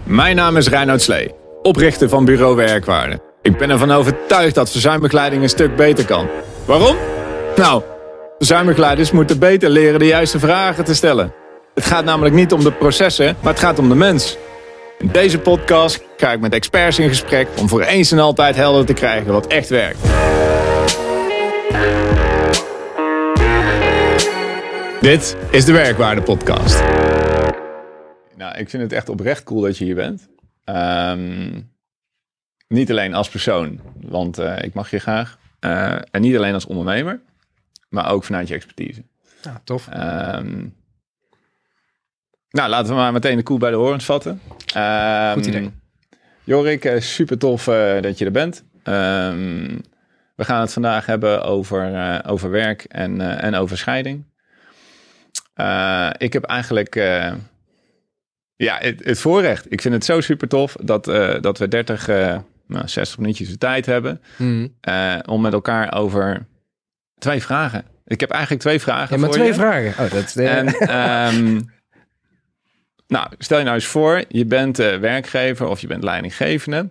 Mijn naam is Reinoud Slee, oprichter van Bureau Werkwaarde. Ik ben ervan overtuigd dat verzuimbegeleiding een stuk beter kan. Waarom? Nou, verzuimbegeleiders moeten beter leren de juiste vragen te stellen. Het gaat namelijk niet om de processen, maar het gaat om de mens. In deze podcast ga ik met experts in gesprek om voor eens en altijd helder te krijgen wat echt werkt. Dit is de Werkwaarde Podcast. Nou, ik vind het echt oprecht cool dat je hier bent. Niet alleen als persoon, want ik mag je graag. En niet alleen als ondernemer, maar ook vanuit je expertise. Ja, tof. Nou, laten we maar meteen de koe bij de horens vatten. Goed idee. Jorik, super tof dat je er bent. We gaan het vandaag hebben over werk en over scheiding. Ik heb eigenlijk het voorrecht. Ik vind het zo super tof dat we 60 minuutjes de tijd hebben om met elkaar over 2 vragen. Ik heb eigenlijk 2 vragen. Ja, maar voor 2 je. vragen. Oh, dat Nou, stel je nou eens voor, je bent werkgever of je bent leidinggevende.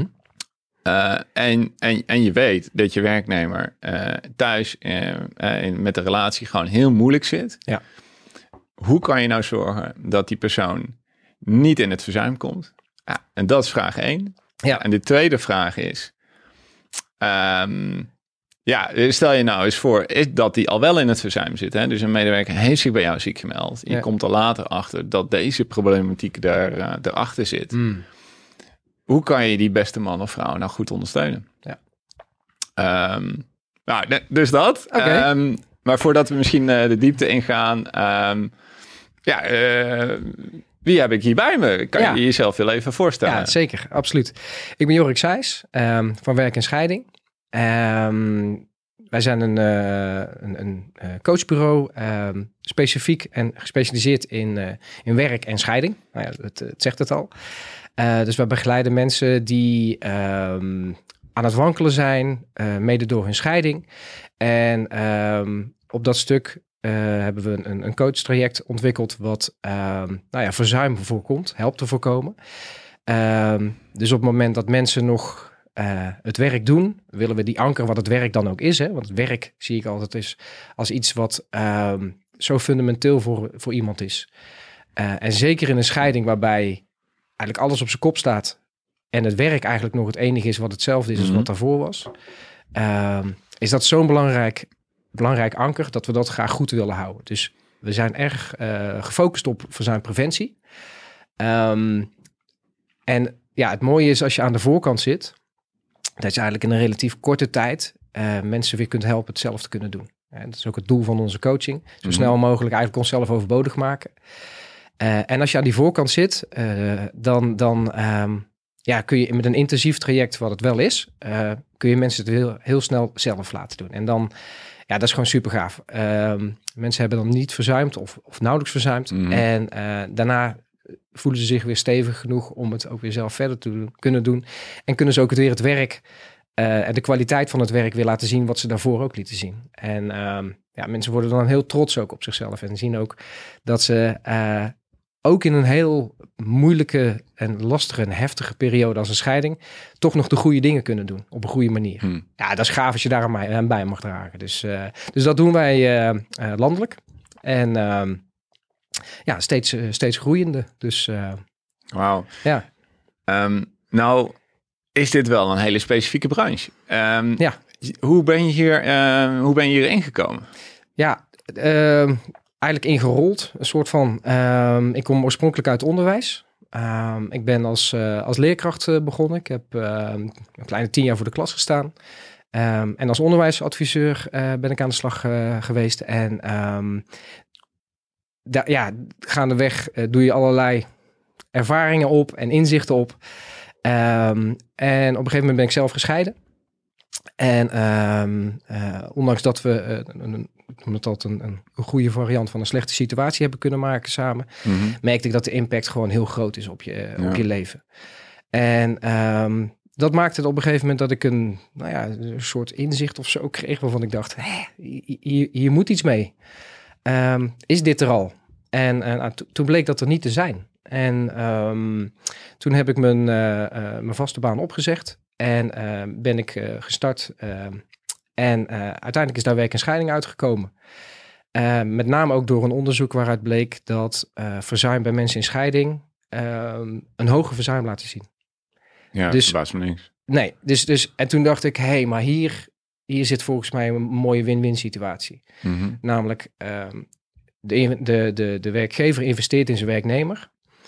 En je weet dat je werknemer thuis met de relatie gewoon heel moeilijk zit. Ja. Hoe kan je nou zorgen dat die persoon niet in het verzuim komt? Ja, en dat is vraag 1. Ja. En de tweede vraag is... stel je nou eens voor dat die al wel in het verzuim zit. Hè? Dus een medewerker heeft zich bij jou ziek gemeld. Je komt er later achter dat deze problematiek erachter zit. Hoe kan je die beste man of vrouw nou goed ondersteunen? Ja. Dus dat. Okay. Maar voordat we misschien de diepte ingaan... wie heb ik hier bij me? Kan je jezelf heel even voorstellen? Ja, zeker. Absoluut. Ik ben Jorik Sijs van Werk en Scheiding. Wij zijn een coachbureau, specifiek en gespecialiseerd in werk en scheiding. Nou ja, het zegt het al. Dus we begeleiden mensen die aan het wankelen zijn, mede door hun scheiding. En op dat stuk hebben we een coachtraject ontwikkeld wat verzuim voorkomt, helpt te voorkomen. Dus op het moment dat mensen nog het werk doen, willen we die anker wat het werk dan ook is. Hè? Want het werk zie ik altijd als iets wat zo fundamenteel voor iemand is. En zeker in een scheiding waarbij eigenlijk alles op zijn kop staat en het werk eigenlijk nog het enige is wat hetzelfde is als wat daarvoor was. Is dat zo'n belangrijk anker dat we dat graag goed willen houden. Dus we zijn erg gefocust op verzuimpreventie. En ja, het mooie is als je aan de voorkant zit, dat je eigenlijk in een relatief korte tijd mensen weer kunt helpen het zelf te kunnen doen. Dat is ook het doel van onze coaching. Zo snel mogelijk eigenlijk onszelf overbodig maken. En als je aan die voorkant zit, dan kun je met een intensief traject, wat het wel is, kun je mensen het heel snel zelf laten doen. En dan, ja, dat is gewoon super gaaf. Mensen hebben dan niet verzuimd of nauwelijks verzuimd. En daarna voelen ze zich weer stevig genoeg om het ook weer zelf verder te kunnen doen. En kunnen ze ook weer het werk en de kwaliteit van het werk weer laten zien wat ze daarvoor ook lieten zien. En mensen worden dan heel trots ook op zichzelf en zien ook dat ze ook in een heel moeilijke en lastige en heftige periode als een scheiding toch nog de goede dingen kunnen doen op een goede manier. Ja, dat is gaaf als je daar aan bij mag dragen. Dus dat doen wij landelijk. En steeds groeiende. Dus wauw. Ja. Nou, is dit wel een hele specifieke branche? Hoe ben je hier ingekomen? Ja, eigenlijk ingerold. Een soort van... ik kom oorspronkelijk uit onderwijs. Ik ben als leerkracht begonnen. Ik heb een kleine 10 jaar voor de klas gestaan. En als onderwijsadviseur ben ik aan de slag geweest. En gaandeweg doe je allerlei ervaringen op en inzichten op. En op een gegeven moment ben ik zelf gescheiden. En ondanks dat we een goede variant van een slechte situatie hebben kunnen maken samen, merkte ik dat de impact gewoon heel groot is op je leven. En dat maakte het op een gegeven moment dat ik een soort inzicht of zo kreeg waarvan ik dacht, hier moet iets mee. Is dit er al? En toen bleek dat er niet te zijn. En Toen heb ik mijn vaste baan opgezegd en ben ik gestart. En uiteindelijk is daar werk en scheiding uitgekomen. Met name ook door een onderzoek waaruit bleek dat verzuim bij mensen in scheiding een hoger verzuim laten zien. Ja, dus, verbaast me niks. Nee, dus en toen dacht ik, maar hier zit volgens mij een mooie win-win situatie. Mm-hmm. Namelijk, de werkgever investeert in zijn werknemer.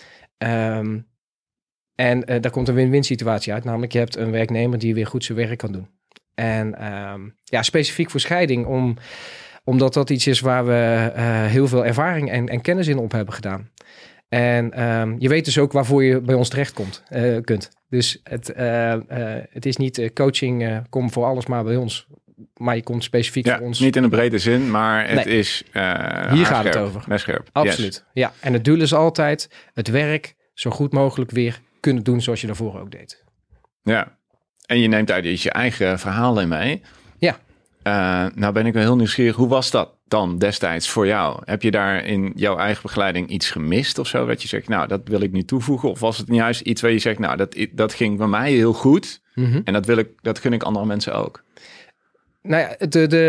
En daar komt een win-win situatie uit. Namelijk, je hebt een werknemer die weer goed zijn werk kan doen. En specifiek voor scheiding, omdat dat iets is waar we heel veel ervaring en kennis in op hebben gedaan. En je weet dus ook waarvoor je bij ons terecht kunt. Dus het is niet coaching, kom voor alles maar bij ons. Maar je komt specifiek voor ons. Niet in de brede zin, maar het is hier gaat het over. Mescherp. Absoluut. Yes. Ja, en het doel is altijd het werk zo goed mogelijk weer kunnen doen zoals je daarvoor ook deed. Ja, en je neemt uit je eigen verhaal in mee. Ja. Nou ben ik wel heel nieuwsgierig. Hoe was dat dan destijds voor jou? Heb je daar in jouw eigen begeleiding iets gemist of zo? Dat je zegt, nou, dat wil ik nu toevoegen. Of was het juist iets waar je zegt, nou, dat ging bij mij heel goed. Mm-hmm. En dat gun ik andere mensen ook. Nou ja,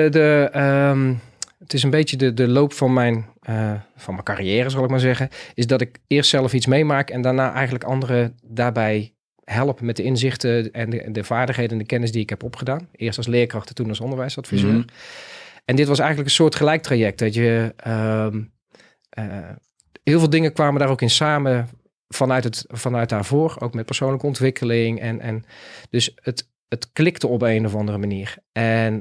het is een beetje de loop van mijn carrière, zal ik maar zeggen. Is dat ik eerst zelf iets meemaak en daarna eigenlijk anderen daarbij helpen met de inzichten en de vaardigheden en de kennis die ik heb opgedaan. Eerst als leerkracht en toen als onderwijsadviseur. Mm-hmm. En dit was eigenlijk een soort gelijk traject. Dat je heel veel dingen kwamen daar ook in samen vanuit daarvoor. Ook met persoonlijke ontwikkeling. En dus het klikte op een of andere manier. En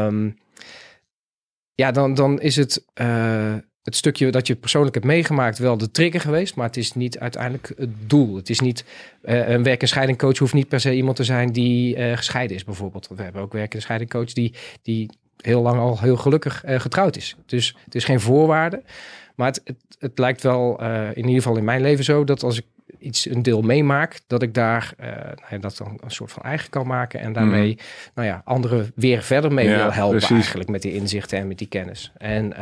dan is het stukje dat je persoonlijk hebt meegemaakt wel de trigger geweest, maar het is niet uiteindelijk het doel. Het is niet een werk- en scheidingcoach hoeft niet per se iemand te zijn die gescheiden is bijvoorbeeld. We hebben ook werk- en scheidingcoach die heel lang al heel gelukkig getrouwd is. Dus het is geen voorwaarde. Maar het lijkt wel, in ieder geval in mijn leven zo, dat als ik een deel meemaak, dat ik daar dat dan een soort van eigen kan maken en daarmee anderen weer verder mee wil helpen. Precies. Eigenlijk met die inzichten en met die kennis. En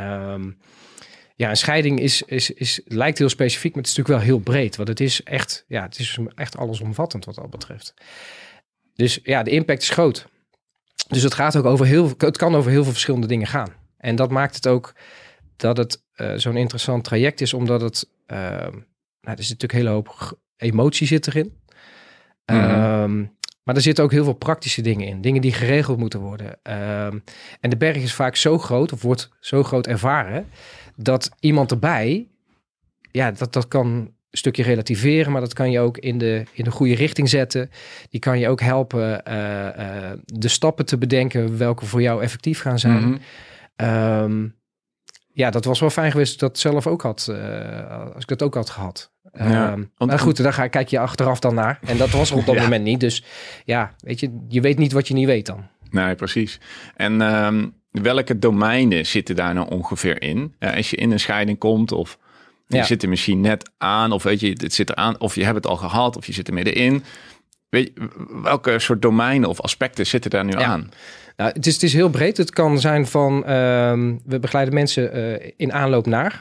een scheiding lijkt heel specifiek, maar het is natuurlijk wel heel breed. Want het is echt allesomvattend wat dat betreft. Dus ja, de impact is groot. Dus het gaat ook het kan over heel veel verschillende dingen gaan. En dat maakt het ook dat het zo'n interessant traject is, omdat het er zit natuurlijk een hele hoop emotie zit erin. Mm-hmm. Maar er zitten ook heel veel praktische dingen in. Dingen die geregeld moeten worden. En de berg is vaak zo groot, of wordt zo groot ervaren, dat iemand erbij, dat kan een stukje relativeren, maar dat kan je ook in de goede richting zetten. Die kan je ook helpen de stappen te bedenken welke voor jou effectief gaan zijn. Mm-hmm. Dat was wel fijn geweest dat ik dat zelf ook had, als ik dat ook had gehad. Maar goed, daar kijk je achteraf dan naar. En dat was er op dat moment niet. Dus weet je weet niet wat je niet weet dan. Nee, precies. En welke domeinen zitten daar nou ongeveer in? Als je in een scheiding komt of je zit er misschien net aan, of weet je, het zit eraan, of je hebt het al gehad, of je zit er middenin. Weet je, welke soort domeinen of aspecten zitten daar nu aan? Nou, het is heel breed. Het kan zijn van, we begeleiden mensen in aanloop naar,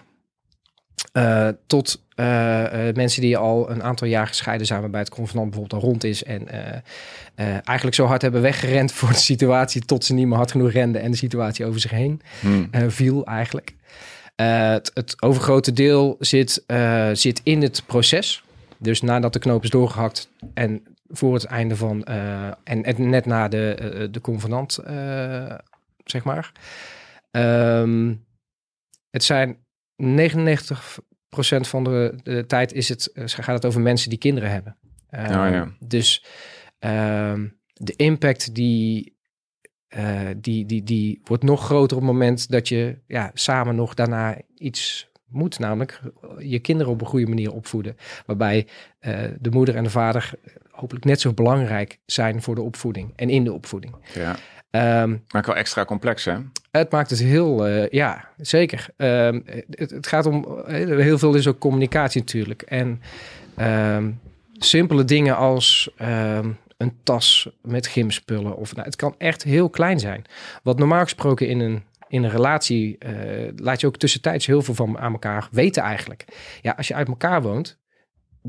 tot mensen die al een aantal jaar gescheiden zijn, waarbij het convenant bijvoorbeeld al rond is en eigenlijk zo hard hebben weggerend voor de situatie tot ze niet meer hard genoeg renden en de situatie over zich heen viel eigenlijk. Het overgrote deel zit in het proces. Dus nadat de knoop is doorgehakt en voor het einde van en net na de convenant, zeg maar. Het zijn 99% van de tijd gaat het over mensen die kinderen hebben. Dus de impact die wordt nog groter op het moment dat je samen nog daarna iets moet, namelijk je kinderen op een goede manier opvoeden. Waarbij de moeder en de vader hopelijk net zo belangrijk zijn voor de opvoeding en in de opvoeding. Ja. Maakt wel extra complex, hè? Het maakt het heel, zeker. Het gaat om, heel veel is ook communicatie natuurlijk. En simpele dingen als een tas met gymspullen. Of het kan echt heel klein zijn. Wat normaal gesproken in een relatie laat je ook tussentijds heel veel van aan elkaar weten eigenlijk. Ja, als je uit elkaar woont, dan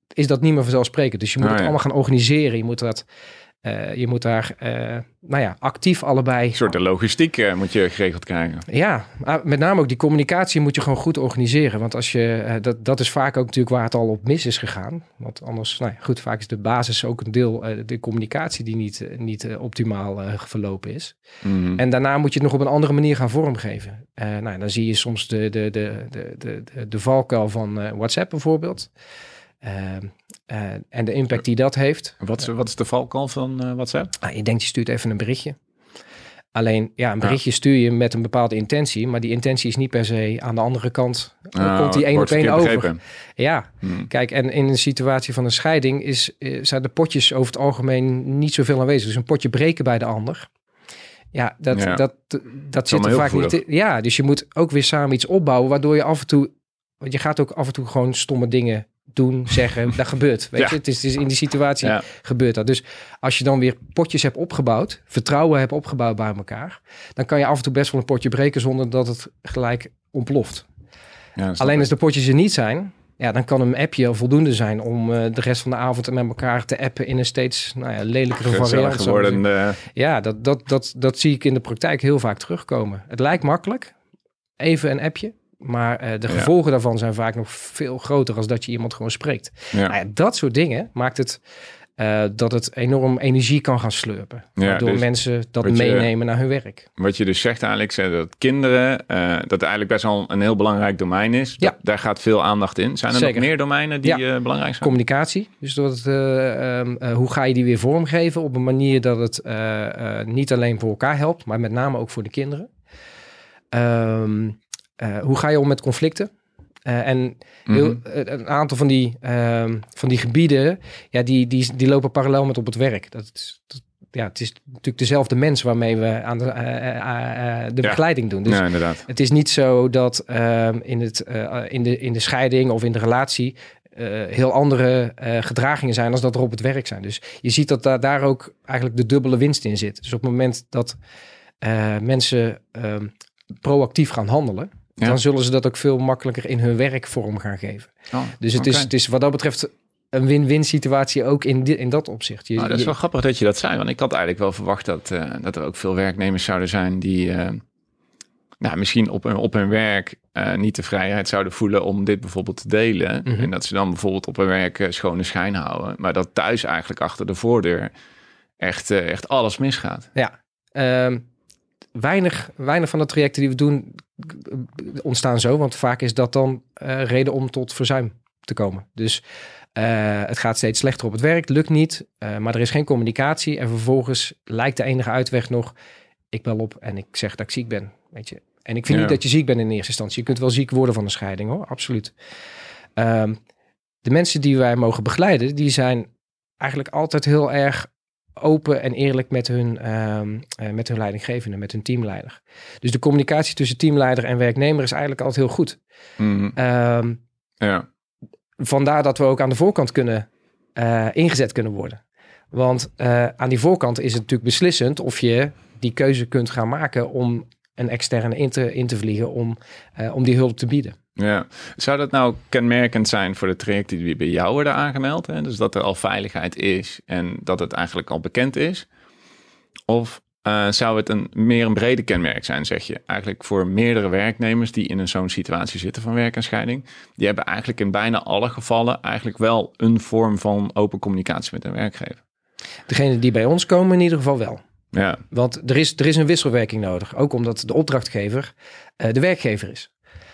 is dat niet meer vanzelfsprekend. Dus je moet het allemaal gaan organiseren. Je moet daar actief allebei... Een soort de logistiek moet je geregeld krijgen. Ja, met name ook die communicatie moet je gewoon goed organiseren. Want als je dat is vaak ook natuurlijk waar het al op mis is gegaan. Want anders, vaak is de basis ook een deel de communicatie die niet optimaal verlopen is. Mm-hmm. En daarna moet je het nog op een andere manier gaan vormgeven. Dan zie je soms de valkuil van WhatsApp bijvoorbeeld. En de impact die dat heeft. Wat is de valkuil van WhatsApp? Je denkt, je stuurt even een berichtje. Alleen, een berichtje stuur je met een bepaalde intentie. Maar die intentie is niet per se aan de andere kant. Komt die 1 op 1 over. Begrepen. Ja, kijk, en in een situatie van een scheiding zijn de potjes over het algemeen niet zoveel aanwezig. Dus een potje breken bij de ander. Ja, dat zit er vaak niet in. Ja, dus je moet ook weer samen iets opbouwen. Waardoor je af en toe... Want je gaat ook af en toe gewoon stomme dingen doen, zeggen. Dat gebeurt. Weet je? Het is in die situatie gebeurt dat. Dus als je dan weer potjes hebt opgebouwd, vertrouwen hebt opgebouwd bij elkaar, dan kan je af en toe best wel een potje breken zonder dat het gelijk ontploft. Ja, alleen als de potjes er niet zijn, dan kan een appje voldoende zijn om de rest van de avond met elkaar te appen in een steeds lelijkere variant. Ja, dat zie ik in de praktijk heel vaak terugkomen. Het lijkt makkelijk, even een appje. Maar de gevolgen daarvan zijn vaak nog veel groter als dat je iemand gewoon spreekt. Ja. Dat soort dingen maakt het dat het enorm energie kan gaan slurpen. Waardoor dus mensen dat meenemen naar hun werk. Wat je dus zegt eigenlijk, dat kinderen, dat eigenlijk best wel een heel belangrijk domein is. Daar gaat veel aandacht in. Zijn er nog meer domeinen die belangrijk zijn? Communicatie. Dus hoe ga je die weer vormgeven op een manier dat het niet alleen voor elkaar helpt, maar met name ook voor de kinderen. Hoe ga je om met conflicten? Een aantal van die gebieden, die lopen parallel met op het werk. Het is natuurlijk dezelfde mens waarmee we aan de begeleiding doen. Dus inderdaad. Het is niet zo dat in de scheiding of in de relatie heel andere gedragingen zijn als dat er op het werk zijn. Dus je ziet dat daar ook eigenlijk de dubbele winst in zit. Dus op het moment dat mensen proactief gaan handelen, dan zullen ze dat ook veel makkelijker in hun werk vorm gaan geven. Dus het is wat dat betreft een win-win situatie ook in dat opzicht. Dat is wel grappig dat je dat zei, want ik had eigenlijk wel verwacht dat er ook veel werknemers zouden zijn die misschien op hun werk niet de vrijheid zouden voelen om dit bijvoorbeeld te delen. Mm-hmm. En dat ze dan bijvoorbeeld op hun werk schone schijn houden. Maar dat thuis eigenlijk achter de voordeur echt alles misgaat. Ja, Weinig van de trajecten die we doen ontstaan zo. Want vaak is dat dan reden om tot verzuim te komen. Dus het gaat steeds slechter op het werk. Lukt niet. Maar er is geen communicatie. En vervolgens lijkt de enige uitweg nog, ik bel op en ik zeg dat ik ziek ben. Weet je. En ik vind niet dat je ziek bent in eerste instantie. Je kunt wel ziek worden van een scheiding, hoor. Absoluut. De mensen die wij mogen begeleiden, die zijn eigenlijk altijd heel erg open en eerlijk met hun leidinggevende, met hun teamleider. Dus de communicatie tussen teamleider en werknemer is eigenlijk altijd heel goed. Mm-hmm. Vandaar dat we ook aan de voorkant ingezet kunnen worden. Want aan die voorkant is het natuurlijk beslissend of je die keuze kunt gaan maken om een externe in te vliegen om die hulp te bieden. Ja. Zou dat nou kenmerkend zijn voor de trajecten die bij jou worden aangemeld? Hè? Dus dat er al veiligheid is en dat het eigenlijk al bekend is? Of zou het meer een brede kenmerk zijn, zeg je? Eigenlijk voor meerdere werknemers die in zo'n situatie zitten van werk en scheiding. Die hebben eigenlijk in bijna alle gevallen eigenlijk wel een vorm van open communicatie met hun werkgever. Degene die bij ons komen in ieder geval wel. Ja. Want er is een wisselwerking nodig. Ook omdat de opdrachtgever de werkgever is.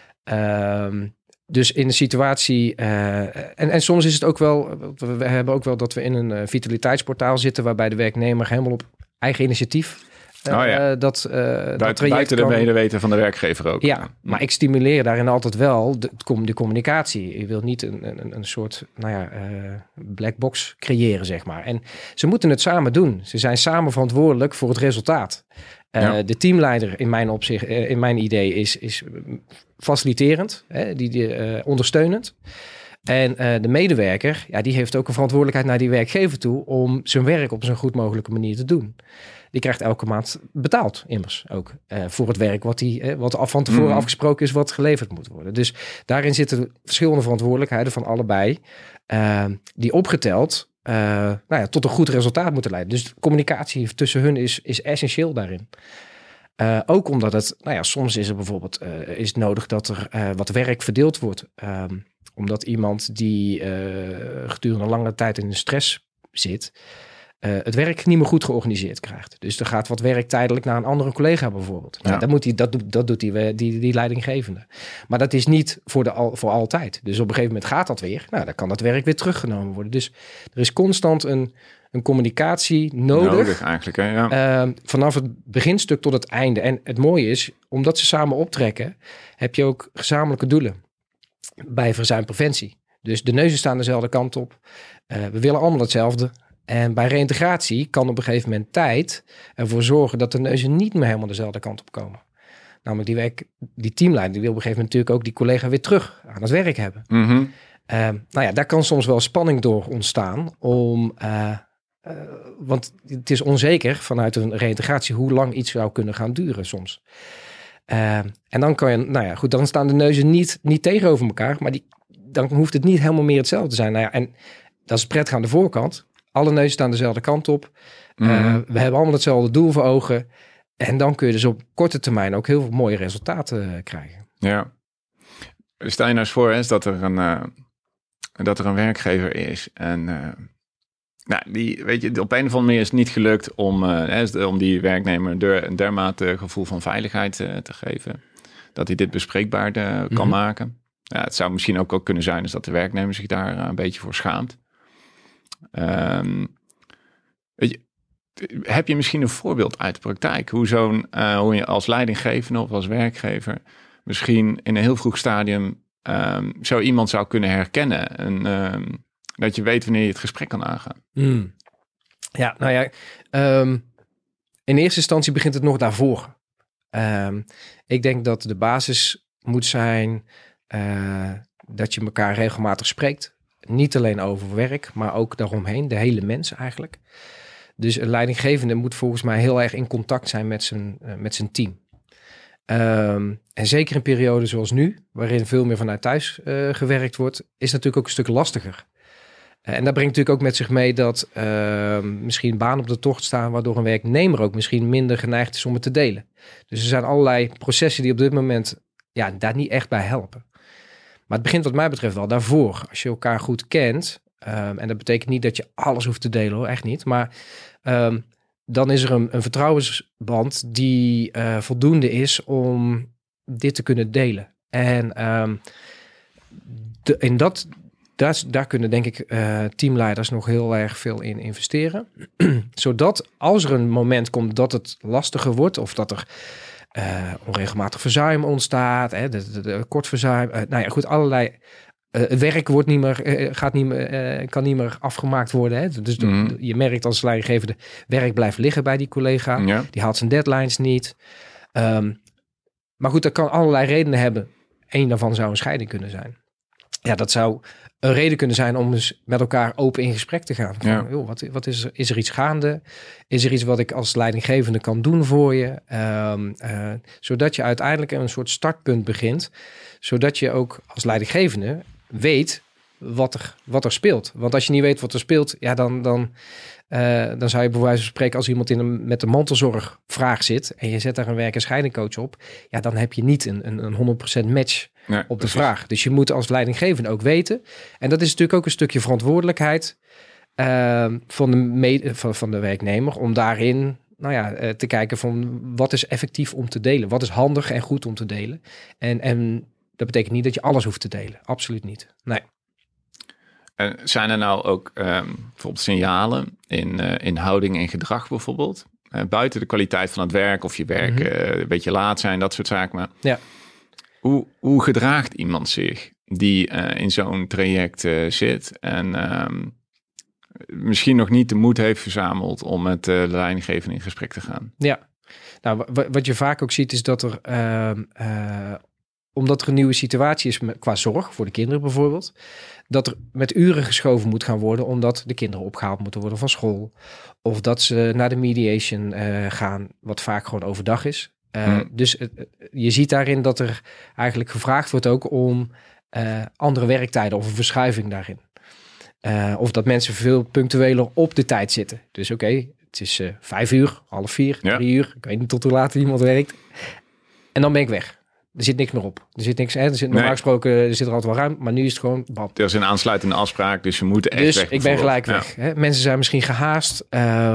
Dus in de situatie, en soms is het ook wel, we hebben ook wel dat we in een vitaliteitsportaal zitten waarbij de werknemer helemaal op eigen initiatief dat buiten de medeweten van de werkgever ook. Ja, maar ik stimuleer daarin altijd wel de communicatie. Je wilt niet een soort black box creëren, zeg maar. En ze moeten het samen doen. Ze zijn samen verantwoordelijk voor het resultaat. De teamleider in mijn idee is faciliterend, die ondersteunend. En de medewerker, die heeft ook een verantwoordelijkheid naar die werkgever toe om zijn werk op zo'n goed mogelijke manier te doen. Die krijgt elke maand betaald, immers ook, voor het werk wat van tevoren afgesproken is, wat geleverd moet worden. Dus daarin zitten verschillende verantwoordelijkheden van allebei, die opgeteld tot een goed resultaat moeten leiden. Dus communicatie tussen hun is essentieel daarin. Ook omdat het, soms is er bijvoorbeeld is nodig dat er wat werk verdeeld wordt. Omdat iemand die gedurende een lange tijd in de stress zit, het werk niet meer goed georganiseerd krijgt. Dus er gaat wat werk tijdelijk naar een andere collega bijvoorbeeld. Ja. Dat doet die leidinggevende. Maar dat is niet voor altijd. Dus op een gegeven moment gaat dat weer. Dan kan dat werk weer teruggenomen worden. Dus er is constant een communicatie nodig eigenlijk, hè? Ja. Vanaf het beginstuk tot het einde. En het mooie is, omdat ze samen optrekken, heb je ook gezamenlijke doelen bij verzuimpreventie. Dus de neuzen staan dezelfde kant op. We willen allemaal hetzelfde. En bij reïntegratie kan op een gegeven moment tijd ervoor zorgen dat de neuzen niet meer helemaal dezelfde kant op komen. Namelijk die teamleider die wil op een gegeven moment natuurlijk ook die collega weer terug aan het werk hebben. Mm-hmm. Daar kan soms wel spanning door ontstaan want het is onzeker vanuit een reïntegratie hoe lang iets zou kunnen gaan duren soms. En dan kan je, dan staan de neuzen niet tegenover elkaar, maar dan hoeft het niet helemaal meer hetzelfde te zijn. En dat is prettig aan de voorkant. Alle neuzen staan dezelfde kant op. We hebben allemaal hetzelfde doel voor ogen. En dan kun je dus op korte termijn ook heel veel mooie resultaten krijgen. Ja. Stel je nou eens voor is dat er een werkgever is en die, weet je, op een of andere manier is het niet gelukt om die werknemer een dermate gevoel van veiligheid te geven. Dat hij dit bespreekbaar kan maken. Ja, het zou misschien ook wel kunnen zijn dus dat de werknemer zich daar een beetje voor schaamt. Heb je misschien een voorbeeld uit de praktijk? Hoe je als leidinggevende of als werkgever misschien in een heel vroeg stadium zo iemand zou kunnen herkennen. En dat je weet wanneer je het gesprek kan aangaan. In eerste instantie begint het nog daarvoor. Ik denk dat de basis moet zijn dat je elkaar regelmatig spreekt. Niet alleen over werk, maar ook daaromheen. De hele mens eigenlijk. Dus een leidinggevende moet volgens mij heel erg in contact zijn met zijn team. En zeker in perioden zoals nu, waarin veel meer vanuit thuis gewerkt wordt, is het natuurlijk ook een stuk lastiger. En dat brengt natuurlijk ook met zich mee dat misschien banen op de tocht staan, waardoor een werknemer ook misschien minder geneigd is om het te delen. Dus er zijn allerlei processen die op dit moment daar niet echt bij helpen. Maar het begint wat mij betreft wel daarvoor. Als je elkaar goed kent, en dat betekent niet dat je alles hoeft te delen hoor, echt niet. Maar dan is er een vertrouwensband die voldoende is om dit te kunnen delen. En daar kunnen denk ik teamleiders nog heel erg veel in investeren. Zodat als er een moment komt dat het lastiger wordt of dat er onregelmatig verzuim ontstaat, kort verzuim, allerlei. Het werk wordt kan niet meer afgemaakt worden. Hè? Dus je merkt als leidinggever, de werk blijft liggen bij die collega. Ja. Die haalt zijn deadlines niet. Maar goed, dat kan allerlei redenen hebben. Eén daarvan zou een scheiding kunnen zijn. Ja, dat zou een reden kunnen zijn om dus met elkaar open in gesprek te gaan. Van, joh, wat is er iets gaande? Is er iets wat ik als leidinggevende kan doen voor je? Zodat je uiteindelijk een soort startpunt begint. Zodat je ook als leidinggevende weet wat er speelt. Want als je niet weet wat er speelt, dan zou je bij wijze van spreken als iemand met een mantelzorgvraag zit en je zet daar een werk- en scheidingcoach op, dan heb je niet een 100% match op de vraag. Dus je moet als leidinggevende ook weten. En dat is natuurlijk ook een stukje verantwoordelijkheid van de werknemer om daarin te kijken van wat is effectief om te delen. Wat is handig en goed om te delen. En dat betekent niet dat je alles hoeft te delen. Absoluut niet. Nee. En zijn er nou ook bijvoorbeeld signalen in houding en gedrag bijvoorbeeld? Buiten de kwaliteit van het werk of je werk een beetje laat zijn, dat soort zaken. Maar ja. Hoe gedraagt iemand zich die in zo'n traject zit en misschien nog niet de moed heeft verzameld om met de leidinggevende in gesprek te gaan? Ja, nou wat je vaak ook ziet is dat er omdat er een nieuwe situatie is qua zorg, voor de kinderen bijvoorbeeld, dat er met uren geschoven moet gaan worden, omdat de kinderen opgehaald moeten worden van school. Of dat ze naar de mediation gaan, wat vaak gewoon overdag is. Dus je ziet daarin dat er eigenlijk gevraagd wordt ook om andere werktijden of een verschuiving daarin. Of dat mensen veel punctueler op de tijd zitten. Dus oké, het is 5 uur, half 4, 3 uur. Ik weet niet tot hoe laat iemand werkt. En dan ben ik weg. Er zit niks meer op. Er zit niks. Normaal gesproken er zit er altijd wel ruim, maar nu is het gewoon bam. Er is een aansluitende afspraak, dus je moet echt weg. Dus ik ben gelijk weg. Hè? Mensen zijn misschien gehaast.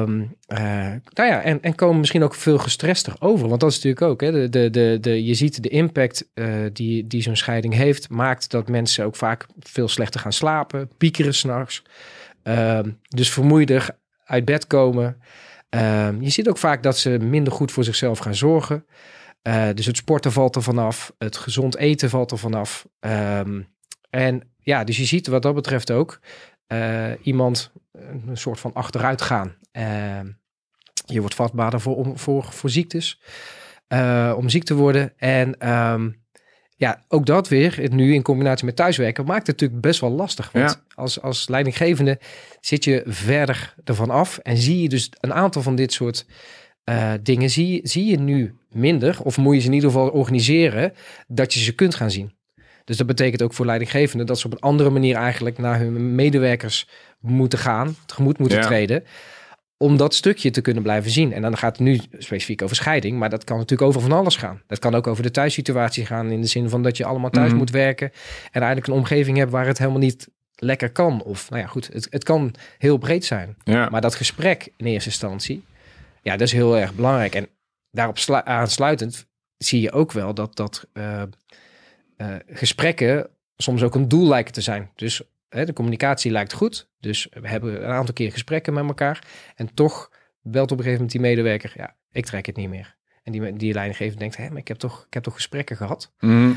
En komen misschien ook veel gestrester over. Want dat is natuurlijk ook. Hè? Je ziet de impact die zo'n scheiding heeft, maakt dat mensen ook vaak veel slechter gaan slapen, piekeren 's nachts. Dus vermoeider uit bed komen. Je ziet ook vaak dat ze minder goed voor zichzelf gaan zorgen. Dus het sporten valt er vanaf. Het gezond eten valt er vanaf. Dus je ziet wat dat betreft ook iemand een soort van achteruit gaan. Je wordt vatbaarder voor ziektes. Om ziek te worden. En ook dat weer, nu in combinatie met thuiswerken, maakt het natuurlijk best wel lastig. Want als leidinggevende zit je verder ervan af. En zie je dus een aantal van dit soort dingen zie je nu minder, of moet je ze in ieder geval organiseren, dat je ze kunt gaan zien. Dus dat betekent ook voor leidinggevenden dat ze op een andere manier eigenlijk naar hun medewerkers moeten gaan, tegemoet moeten treden, om dat stukje te kunnen blijven zien. En dan gaat het nu specifiek over scheiding, maar dat kan natuurlijk over van alles gaan. Dat kan ook over de thuissituatie gaan, in de zin van dat je allemaal thuis moet werken en eigenlijk een omgeving hebt waar het helemaal niet lekker kan. Of het kan heel breed zijn. Ja. Maar dat gesprek in eerste instantie, dat is heel erg belangrijk. En daarop aansluitend zie je ook wel dat gesprekken soms ook een doel lijken te zijn. Dus de communicatie lijkt goed. Dus we hebben een aantal keer gesprekken met elkaar. En toch belt op een gegeven moment die medewerker, ik trek het niet meer. En die leidinggever denkt, maar ik heb toch gesprekken gehad?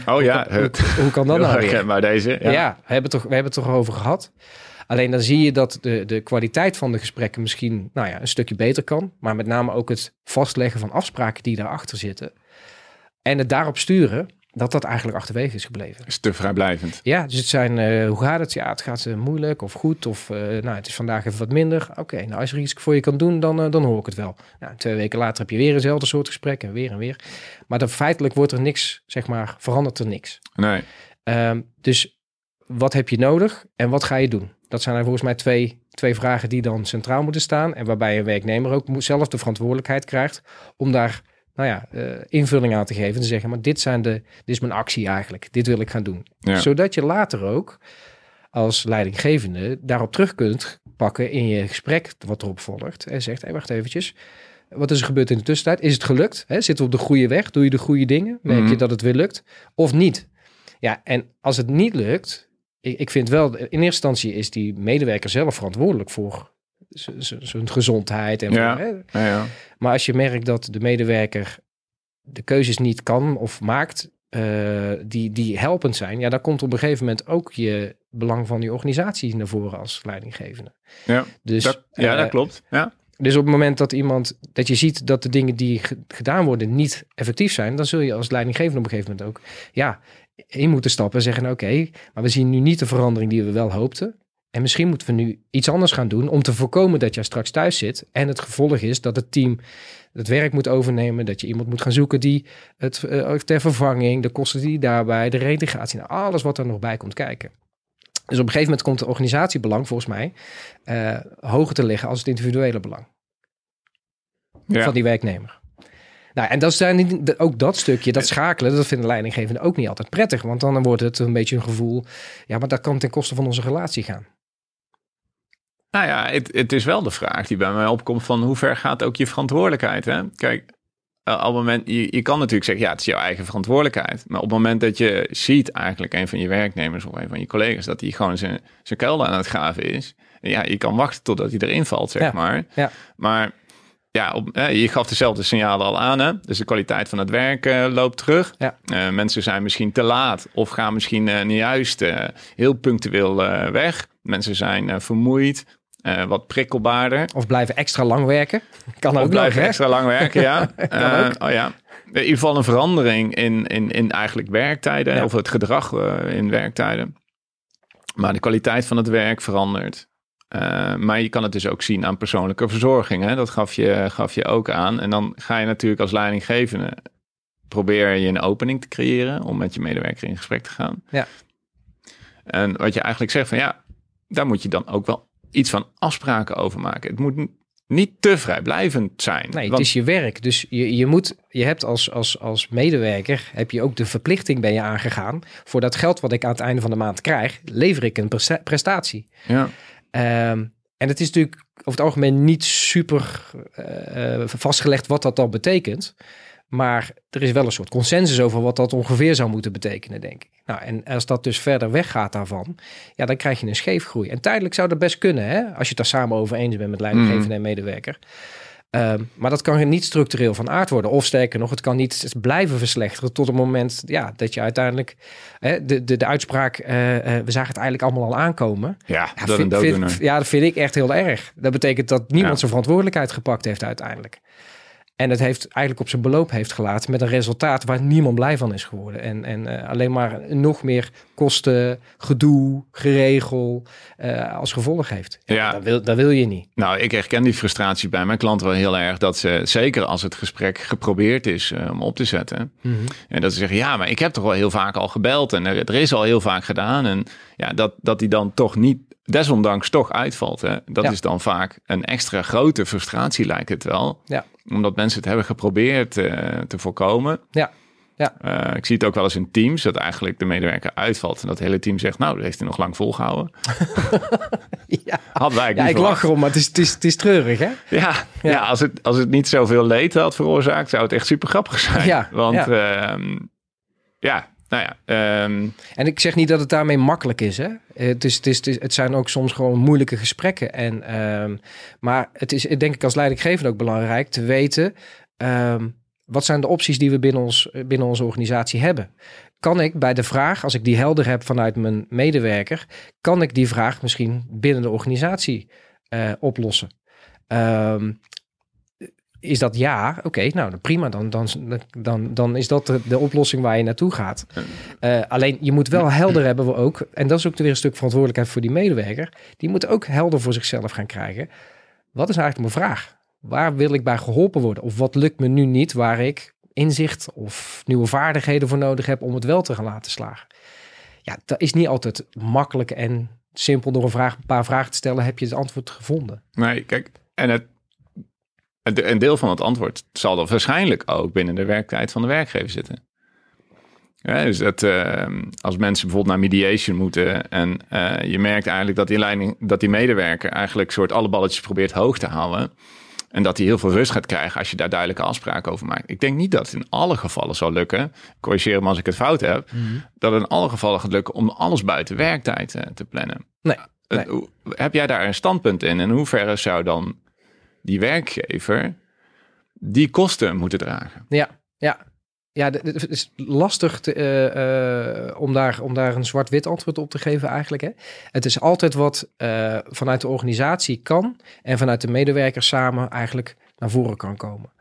Hoe kan dat nou weer? Maar deze, we hebben het toch over gehad. Alleen dan zie je dat de kwaliteit van de gesprekken misschien een stukje beter kan. Maar met name ook het vastleggen van afspraken die daarachter zitten. En het daarop sturen, dat eigenlijk achterwege is gebleven. Is te vrijblijvend. Ja, dus het zijn, hoe gaat het? Ja, het gaat moeilijk of goed. Of het is vandaag even wat minder. Oké, als er iets voor je kan doen, dan hoor ik het wel. 2 weken later heb je weer eenzelfde soort gesprek en weer. Maar feitelijk wordt er niks, verandert er niks. Nee. Dus wat heb je nodig en wat ga je doen? Dat zijn er volgens mij twee vragen die dan centraal moeten staan. En waarbij een werknemer ook zelf de verantwoordelijkheid krijgt om daar invulling aan te geven. En te zeggen, maar dit is mijn actie eigenlijk. Dit wil ik gaan doen. Ja. Zodat je later ook als leidinggevende daarop terug kunt pakken in je gesprek wat erop volgt. En zegt, wacht eventjes. Wat is er gebeurd in de tussentijd? Is het gelukt? Zitten we op de goede weg? Doe je de goede dingen? Merk je dat het weer lukt? Of niet? Ja, en als het niet lukt, ik vind wel, in eerste instantie is die medewerker zelf verantwoordelijk voor zijn gezondheid. En Maar als je merkt dat de medewerker de keuzes niet kan of maakt, die helpend zijn, dan komt op een gegeven moment ook je belang van je organisatie naar voren als leidinggevende. Ja, dus, dat klopt. Ja. Dus op het moment dat je ziet dat de dingen die gedaan worden niet effectief zijn, dan zul je als leidinggevende op een gegeven moment ook in moeten stappen en zeggen, oké, maar we zien nu niet de verandering die we wel hoopten. En misschien moeten we nu iets anders gaan doen om te voorkomen dat jij straks thuis zit. En het gevolg is dat het team het werk moet overnemen, dat je iemand moet gaan zoeken die het ter vervanging, de kosten die daarbij, de reintegratie, alles wat er nog bij komt kijken. Dus op een gegeven moment komt het organisatiebelang volgens mij hoger te liggen als het individuele belang van die werknemer. En dat zijn ook dat stukje, dat schakelen, dat vinden leidinggevenden ook niet altijd prettig. Want dan wordt het een beetje een gevoel, maar dat kan ten koste van onze relatie gaan. Nou ja, het is wel de vraag die bij mij opkomt van hoe ver gaat ook je verantwoordelijkheid? Hè? Kijk, op het moment, je kan natuurlijk zeggen, het is jouw eigen verantwoordelijkheid. Maar op het moment dat je ziet eigenlijk een van je werknemers of een van je collega's, dat hij gewoon zijn kelder aan het graven is. Je kan wachten totdat hij erin valt, zeg maar. Ja. Maar je gaf dezelfde signalen al aan. Hè? Dus de kwaliteit van het werk loopt terug. Ja. Mensen zijn misschien te laat of gaan misschien niet juist heel punctueel weg. Mensen zijn vermoeid, wat prikkelbaarder. Of blijven extra lang werken. Kan ook blijven extra lang werken, ja. In ieder geval een verandering in eigenlijk werktijden of het gedrag in werktijden. Maar de kwaliteit van het werk verandert. Maar je kan het dus ook zien aan persoonlijke verzorging. Hè? Dat gaf je ook aan. En dan ga je natuurlijk als leidinggevende... probeer je een opening te creëren... om met je medewerker in gesprek te gaan. Ja. En wat je eigenlijk zegt van daar moet je dan ook wel iets van afspraken over maken. Het moet niet te vrijblijvend zijn. Nee, het is je werk. Dus je hebt als medewerker, heb je ook de verplichting ben je aangegaan. Voor dat geld wat ik aan het einde van de maand krijg, lever ik een prestatie. Ja. En het is natuurlijk over het algemeen niet super vastgelegd wat dat dan betekent. Maar er is wel een soort consensus over wat dat ongeveer zou moeten betekenen, denk ik. Nou, en als dat dus verder weggaat daarvan, dan krijg je een scheefgroei. En tijdelijk zou dat best kunnen, hè? Als je het daar samen over eens bent met leidinggevende en medewerker. Maar dat kan niet structureel van aard worden. Of sterker nog, het kan niet blijven verslechteren tot het moment dat je uiteindelijk... de uitspraak, we zagen het eigenlijk allemaal al aankomen. Dat vind ik echt heel erg. Dat betekent dat niemand zijn verantwoordelijkheid gepakt heeft uiteindelijk. En het heeft eigenlijk op zijn beloop heeft gelaten met een resultaat waar niemand blij van is geworden. En alleen maar nog meer kosten, gedoe, geregel als gevolg heeft. Dat wil je niet. Nou, ik herken die frustratie bij mijn klanten wel heel erg. Dat ze, zeker als het gesprek geprobeerd is om op te zetten. Mm-hmm. En dat ze zeggen, maar ik heb toch wel heel vaak al gebeld. En er is al heel vaak gedaan. En dat die dan toch niet, desondanks toch uitvalt. Hè? Dat is dan vaak een extra grote frustratie, lijkt het wel. Ja. Omdat mensen het hebben geprobeerd te voorkomen. Ja. Ik zie het ook wel eens in teams, dat eigenlijk de medewerker uitvalt. En dat het hele team zegt, dat heeft hij nog lang volgehouden. Hadden wij ik lach erom, maar het is treurig, hè? Ja, als het niet zoveel leed had veroorzaakt, zou het echt super grappig zijn. Ja. Want en ik zeg niet dat het daarmee makkelijk is, hè? Het zijn ook soms gewoon moeilijke gesprekken. Maar het is denk ik als leidinggevende ook belangrijk te weten... wat zijn de opties die we binnen onze organisatie hebben? Kan ik bij de vraag, als ik die helder heb vanuit mijn medewerker... kan ik die vraag misschien binnen de organisatie oplossen? Is dat ja? Oké, nou prima. Dan is dat de oplossing waar je naartoe gaat. Alleen je moet wel helder hebben we ook... en dat is ook weer een stuk verantwoordelijkheid voor die medewerker... die moet ook helder voor zichzelf gaan krijgen. Wat is eigenlijk mijn vraag? Waar wil ik bij geholpen worden? Of wat lukt me nu niet waar ik inzicht of nieuwe vaardigheden voor nodig heb... om het wel te gaan laten slagen? Ja, dat is niet altijd makkelijk en simpel. Door een paar vragen te stellen heb je het antwoord gevonden. Nee, kijk, en een deel van het antwoord zal dan waarschijnlijk ook binnen de werktijd van de werkgever zitten. Ja, dus als mensen bijvoorbeeld naar mediation moeten en je merkt eigenlijk dat die medewerker eigenlijk soort alle balletjes probeert hoog te houden en dat hij heel veel rust gaat krijgen als je daar duidelijke afspraken over maakt. Ik denk niet dat het in alle gevallen zal lukken, corrigeer me als ik het fout heb, dat het in alle gevallen gaat lukken om alles buiten werktijd te plannen. Nee. Heb jij daar een standpunt in? En in hoeverre zou dan die werkgever die kosten moeten dragen? Ja, het is lastig om daar een zwart-wit antwoord op te geven eigenlijk. Hè? Het is altijd wat vanuit de organisatie kan en vanuit de medewerkers samen eigenlijk naar voren kan komen.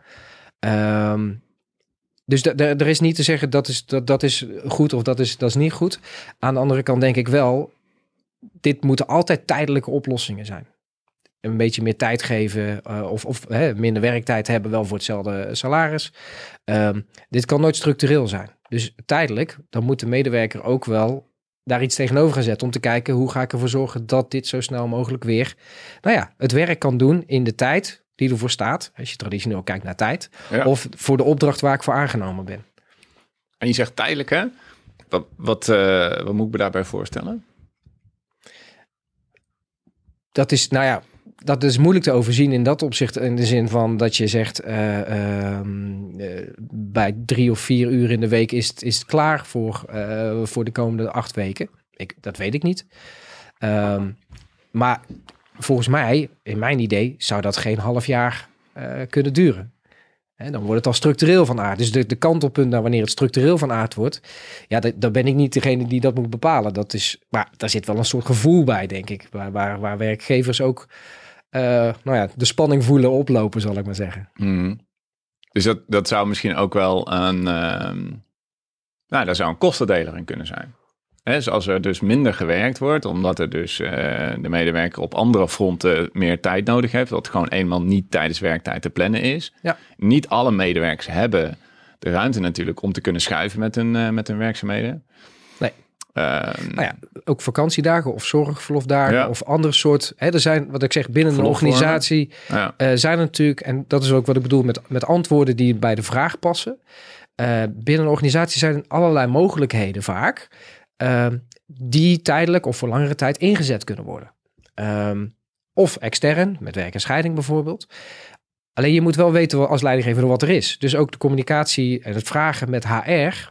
Dus er is niet te zeggen dat is goed of dat is niet goed. Aan de andere kant denk ik wel, dit moeten altijd tijdelijke oplossingen zijn. Een beetje meer tijd geven of minder werktijd hebben wel voor hetzelfde salaris. Dit kan nooit structureel zijn. Dus tijdelijk, dan moet de medewerker ook wel daar iets tegenover gaan zetten om te kijken hoe ga ik ervoor zorgen dat dit zo snel mogelijk weer het werk kan doen in de tijd die ervoor staat. Als je traditioneel kijkt naar tijd. Ja. Of voor de opdracht waar ik voor aangenomen ben. En je zegt tijdelijk, hè? Wat moet ik me daarbij voorstellen? Dat is, dat is moeilijk te overzien in dat opzicht. In de zin van dat je zegt... bij 3 of 4 uur in de week is het klaar voor de komende 8 weken. Dat weet ik niet. Maar volgens mij, in mijn idee... zou dat geen half jaar kunnen duren. Dan wordt het al structureel van aard. Dus de kantelpunt naar wanneer het structureel van aard wordt... daar ben ik niet degene die dat moet bepalen. Maar daar zit wel een soort gevoel bij, denk ik. Waar werkgevers ook de spanning voelen oplopen, zal ik maar zeggen. Dus dat zou misschien ook wel daar zou een kostendeler in kunnen zijn. Dus als er dus minder gewerkt wordt, omdat er dus de medewerker op andere fronten meer tijd nodig heeft, wat gewoon eenmaal niet tijdens werktijd te plannen is. Ja. Niet alle medewerkers hebben de ruimte natuurlijk om te kunnen schuiven met hun werkzaamheden. Nee. Ook vakantiedagen of zorgverlofdagen of andere soort. Er zijn, wat ik zeg, binnen een organisatie zijn er natuurlijk, en dat is ook wat ik bedoel met antwoorden die bij de vraag passen. Binnen een organisatie zijn allerlei mogelijkheden vaak die tijdelijk of voor langere tijd ingezet kunnen worden. Of extern, met werk en scheiding bijvoorbeeld. Alleen je moet wel weten als leidinggever wat er is. Dus ook de communicatie en het vragen met HR.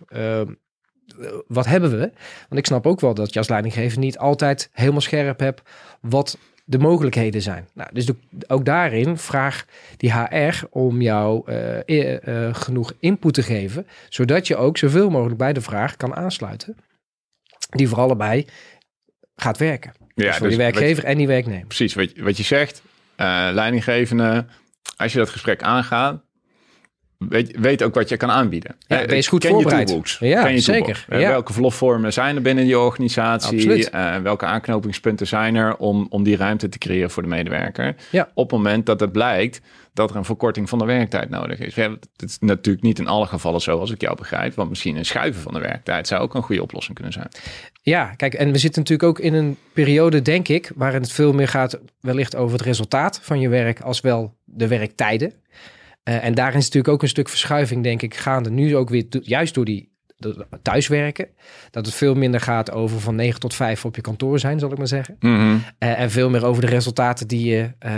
Wat hebben we? Want ik snap ook wel dat je als leidinggever niet altijd helemaal scherp hebt wat de mogelijkheden zijn. Nou, dus ook daarin vraag die HR om jou genoeg input te geven, zodat je ook zoveel mogelijk bij de vraag kan aansluiten, die voor allebei gaat werken. Ja, dus voor die werkgever en die werknemer. Precies, wat je zegt, leidinggevende, als je dat gesprek aangaat, weet ook wat je kan aanbieden. Ja, wees goed voorbereid. Ken je zeker. Welke verlofvormen zijn er binnen die organisatie? Welke aanknopingspunten zijn er om die ruimte te creëren voor de medewerker? Ja. Op het moment dat het blijkt dat er een verkorting van de werktijd nodig is. Ja, dat is natuurlijk niet in alle gevallen zo als ik jou begrijp. Want misschien een schuiven van de werktijd zou ook een goede oplossing kunnen zijn. Ja, kijk, en we zitten natuurlijk ook in een periode, denk ik, waarin het veel meer gaat wellicht over het resultaat van je werk als wel de werktijden. En daarin is natuurlijk ook een stuk verschuiving, denk ik, gaande nu ook weer juist door die thuiswerken. Dat het veel minder gaat over van 9 tot 5 op je kantoor zijn, zal ik maar zeggen. Mm-hmm. En veel meer over de resultaten die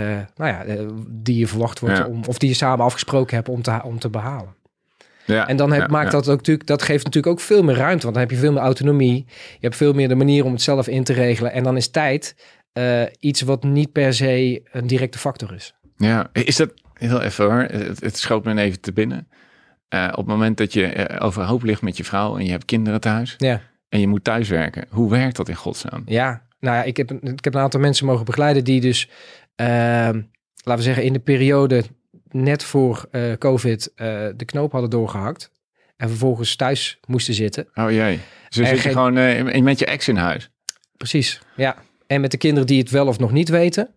je verwacht wordt of die je samen afgesproken hebt om te behalen. Ja, en dan maakt dat ook natuurlijk, dat geeft natuurlijk ook veel meer ruimte, want dan heb je veel meer autonomie. Je hebt veel meer de manier om het zelf in te regelen. En dan is tijd iets wat niet per se een directe factor is. Ja, is dat heel even hoor. Het schoot me even te binnen. Op het moment dat je overhoop ligt met je vrouw en je hebt kinderen thuis en je moet thuiswerken. Hoe werkt dat in godsnaam? Ja, nou ja, ik heb een aantal mensen mogen begeleiden die dus, laten we zeggen, in de periode net voor COVID de knoop hadden doorgehakt en vervolgens thuis moesten zitten. Oh jee, dus zit je gewoon met je ex in huis? Precies, ja. En met de kinderen die het wel of nog niet weten.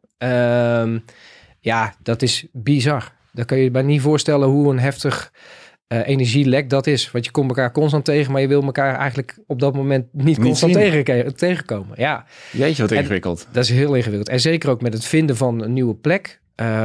Ja, dat is bizar. Dan kun je je bijna niet voorstellen hoe een heftig energielek dat is. Want je komt elkaar constant tegen, maar je wil elkaar eigenlijk op dat moment niet constant tegenkomen. Ja. Jeetje, wat ingewikkeld. Dat is heel ingewikkeld. En zeker ook met het vinden van een nieuwe plek.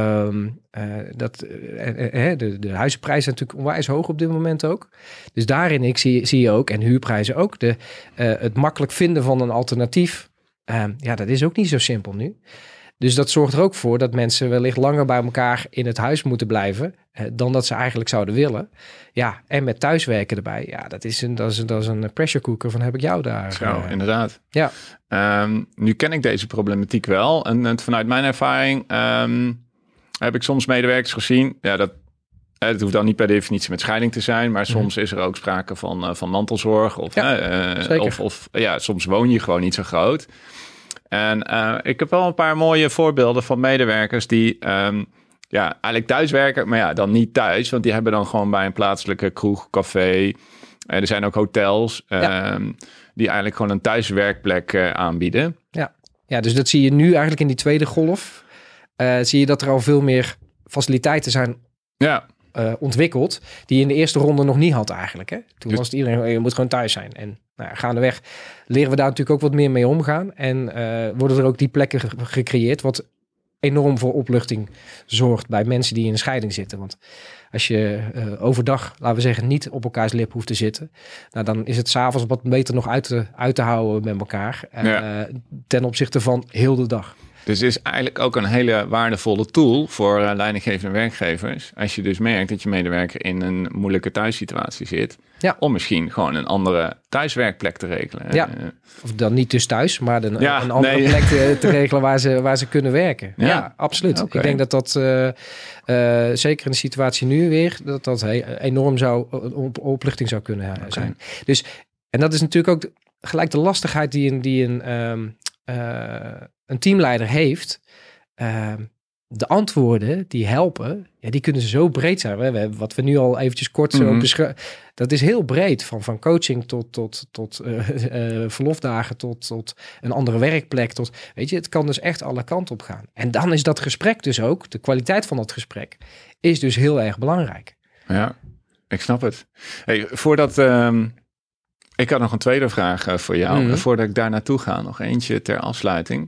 De huizenprijzen zijn natuurlijk onwijs hoog op dit moment ook. Dus daarin zie je ook, en huurprijzen ook, het makkelijk vinden van een alternatief. Dat is ook niet zo simpel nu. Dus dat zorgt er ook voor dat mensen wellicht langer bij elkaar in het huis moeten blijven dan dat ze eigenlijk zouden willen. Ja, en met thuiswerken erbij. Ja, dat is een pressure cooker van heb ik jou daar. Zo, inderdaad. Ja. Nu ken ik deze problematiek wel. En vanuit mijn ervaring heb ik soms medewerkers gezien. Ja, het hoeft dan niet per definitie met scheiding te zijn, maar soms is er ook sprake van mantelzorg. Of soms woon je gewoon niet zo groot. En ik heb wel een paar mooie voorbeelden van medewerkers die eigenlijk thuiswerken, maar dan niet thuis. Want die hebben dan gewoon bij een plaatselijke kroeg, café. Er zijn ook hotels die eigenlijk gewoon een thuiswerkplek aanbieden. Ja, dus dat zie je nu eigenlijk in die tweede golf. Zie je dat er al veel meer faciliteiten zijn ontwikkeld die je in de eerste ronde nog niet had eigenlijk. Hè? Toen was het iedereen, je moet gewoon thuis zijn. En gaandeweg leren we daar natuurlijk ook wat meer mee omgaan. En worden er ook die plekken gecreëerd wat enorm voor opluchting zorgt bij mensen die in een scheiding zitten. Want als je overdag, laten we zeggen, niet op elkaars lip hoeft te zitten, dan is het 's avonds wat beter nog uit te houden met elkaar. Ten opzichte van heel de dag. Dus het is eigenlijk ook een hele waardevolle tool voor leidinggevende werkgevers. Als je dus merkt dat je medewerker in een moeilijke thuissituatie zit. Ja. Om misschien gewoon een andere thuiswerkplek te regelen. Ja. Of dan niet dus thuis, maar een andere plek te regelen waar ze kunnen werken. Ja, absoluut. Okay. Ik denk dat zeker in de situatie nu weer, dat enorm opluchting zou kunnen zijn. Dus, en dat is natuurlijk ook gelijk de lastigheid die een teamleider heeft. de antwoorden die helpen, die kunnen zo breed zijn. We hebben, wat we nu al eventjes kort zo dat is heel breed. Van coaching tot verlofdagen, tot een andere werkplek. Weet je, het kan dus echt alle kanten op gaan. En dan is dat gesprek dus ook, de kwaliteit van dat gesprek, is dus heel erg belangrijk. Ja, ik snap het. Hey, voordat... ik had nog een tweede vraag voor jou. Voordat ik daar naartoe ga, nog eentje ter afsluiting.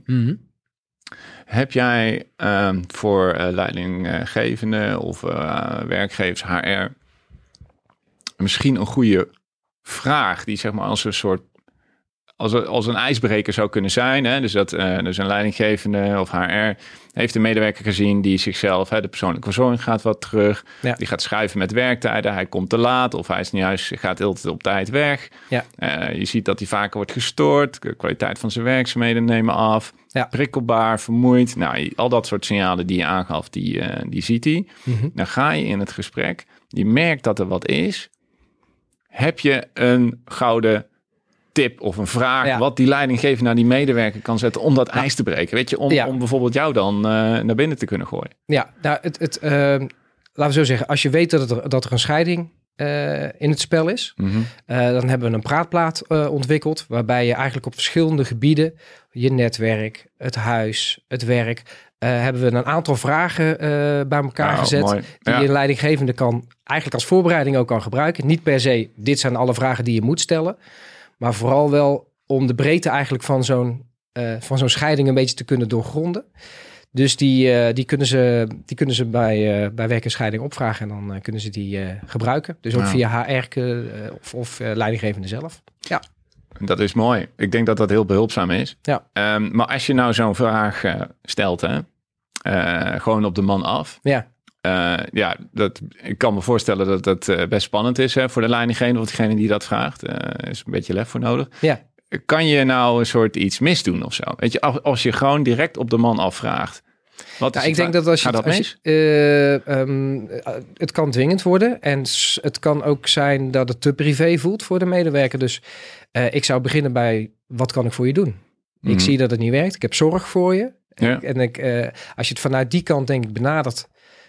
Heb jij voor leidinggevenden of werkgevers, HR, misschien een goede vraag die zeg maar als een soort, als een ijsbreker zou kunnen zijn? Hè? Dus dat dus een leidinggevende of HR heeft een medewerker gezien die zichzelf, de persoonlijke verzorging gaat wat terug. Ja. Die gaat schuiven met werktijden. Hij komt te laat of hij is niet juist, gaat altijd op tijd weg. Ja. Je ziet dat hij vaker wordt gestoord. De kwaliteit van zijn werkzaamheden nemen af. Ja. Prikkelbaar, vermoeid. Nou, al dat soort signalen die je aangaf, die ziet hij. Dan ga je in het gesprek. Je merkt dat er wat is. Heb je een gouden tip of een vraag wat die leidinggever naar die medewerker kan zetten om dat ijs te breken? Weet je, om bijvoorbeeld jou dan naar binnen te kunnen gooien. Ja, nou, laten we zo zeggen, als je weet dat er een scheiding in het spel is, dan hebben we een praatplaat ontwikkeld, waarbij je eigenlijk op verschillende gebieden, je netwerk, het huis, het werk, hebben we een aantal vragen bij elkaar gezet, mooi. Die je leidinggevende kan eigenlijk als voorbereiding ook kan gebruiken. Niet per se, dit zijn alle vragen die je moet stellen, maar vooral wel om de breedte eigenlijk van zo'n scheiding een beetje te kunnen doorgronden. Dus die kunnen ze bij werk en scheiding opvragen en dan kunnen ze die gebruiken. Dus ook via HR of leidinggevende zelf. Ja. Dat is mooi. Ik denk dat dat heel behulpzaam is. Ja. Maar als je nou zo'n vraag stelt, gewoon op de man af. Ja. Ik kan me voorstellen dat dat best spannend is voor de leidinggevende of degene die dat vraagt. Er is een beetje lef voor nodig. Ja. Kan je nou een soort iets misdoen of zo? Weet je, als je gewoon direct op de man afvraagt. Ik denk dat als je het kan dwingend worden en het kan ook zijn dat het te privé voelt voor de medewerker. Dus ik zou beginnen bij, wat kan ik voor je doen? Ik zie dat het niet werkt. Ik heb zorg voor je. Ja. Als je het vanuit die kant denk ik benadert,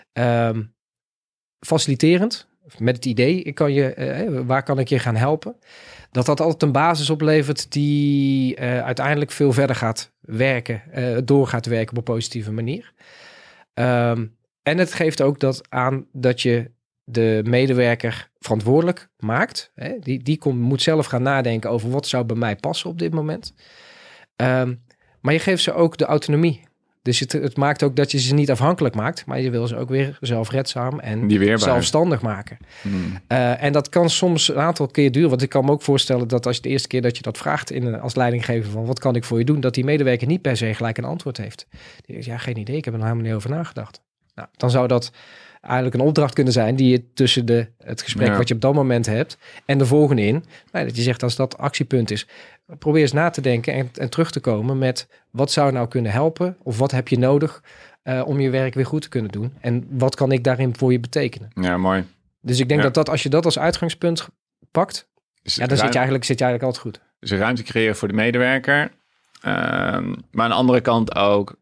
faciliterend, met het idee, waar kan ik je gaan helpen? Dat altijd een basis oplevert die uiteindelijk veel verder gaat werken, door gaat werken op een positieve manier. En het geeft ook aan dat je de medewerker verantwoordelijk maakt. Die moet zelf gaan nadenken over wat zou bij mij passen op dit moment. Maar je geeft ze ook de autonomie. Dus het maakt ook dat je ze niet afhankelijk maakt, maar je wil ze ook weer zelfredzaam en zelfstandig maken. En dat kan soms een aantal keer duren. Want ik kan me ook voorstellen dat als je de eerste keer dat je dat vraagt als leidinggever van wat kan ik voor je doen, dat die medewerker niet per se gelijk een antwoord heeft. Die denkt, ja, geen idee, ik heb er nog helemaal niet over nagedacht. Nou, dan zou dat eigenlijk een opdracht kunnen zijn die je tussen het gesprek wat je op dat moment hebt en de volgende in, dat je zegt als dat actiepunt is, probeer eens na te denken en terug te komen met wat zou nou kunnen helpen of wat heb je nodig om je werk weer goed te kunnen doen en wat kan ik daarin voor je betekenen. Ja, mooi. Dus ik denk dat als je dat als uitgangspunt pakt, dan zit je eigenlijk altijd goed. Dus een ruimte creëren voor de medewerker, maar aan de andere kant ook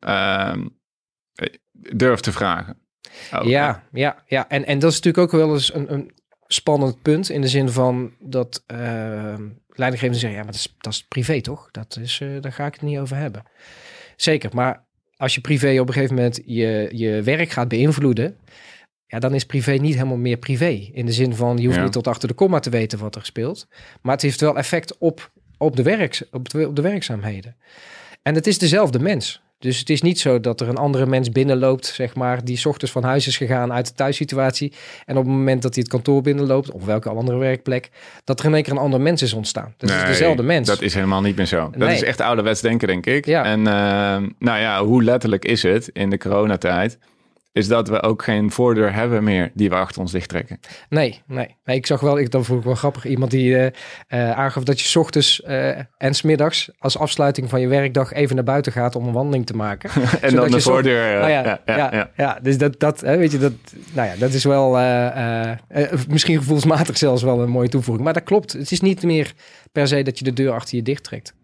durf te vragen. Ja. En dat is natuurlijk ook wel eens een spannend punt in de zin van dat leidinggevenden zeggen, ja, maar dat is privé toch? Daar ga ik het niet over hebben. Zeker, maar als je privé op een gegeven moment je werk gaat beïnvloeden, dan is privé niet helemaal meer privé. In de zin van, je hoeft niet tot achter de komma te weten wat er speelt. Maar het heeft wel effect op de werkzaamheden. En het is dezelfde mens. Dus het is niet zo dat er een andere mens binnenloopt, zeg maar, die 's ochtends van huis is gegaan uit de thuissituatie. En op het moment dat hij het kantoor binnenloopt, of welke andere werkplek, dat er in één keer een ander mens is ontstaan. Dat is dezelfde mens. Dat is helemaal niet meer zo. Dat is echt ouderwets denken, denk ik. Ja. En hoe letterlijk is het in de coronatijd, is dat we ook geen voordeur hebben meer die we achter ons dicht trekken. Nee. Ik zag wel, dat vond ik wel grappig, iemand die aangaf dat je 's ochtends en 's middags als afsluiting van je werkdag even naar buiten gaat om een wandeling te maken. En dan de voordeur. Dus dat is wel misschien gevoelsmatig zelfs wel een mooie toevoeging. Maar dat klopt. Het is niet meer per se dat je de deur achter je dicht trekt.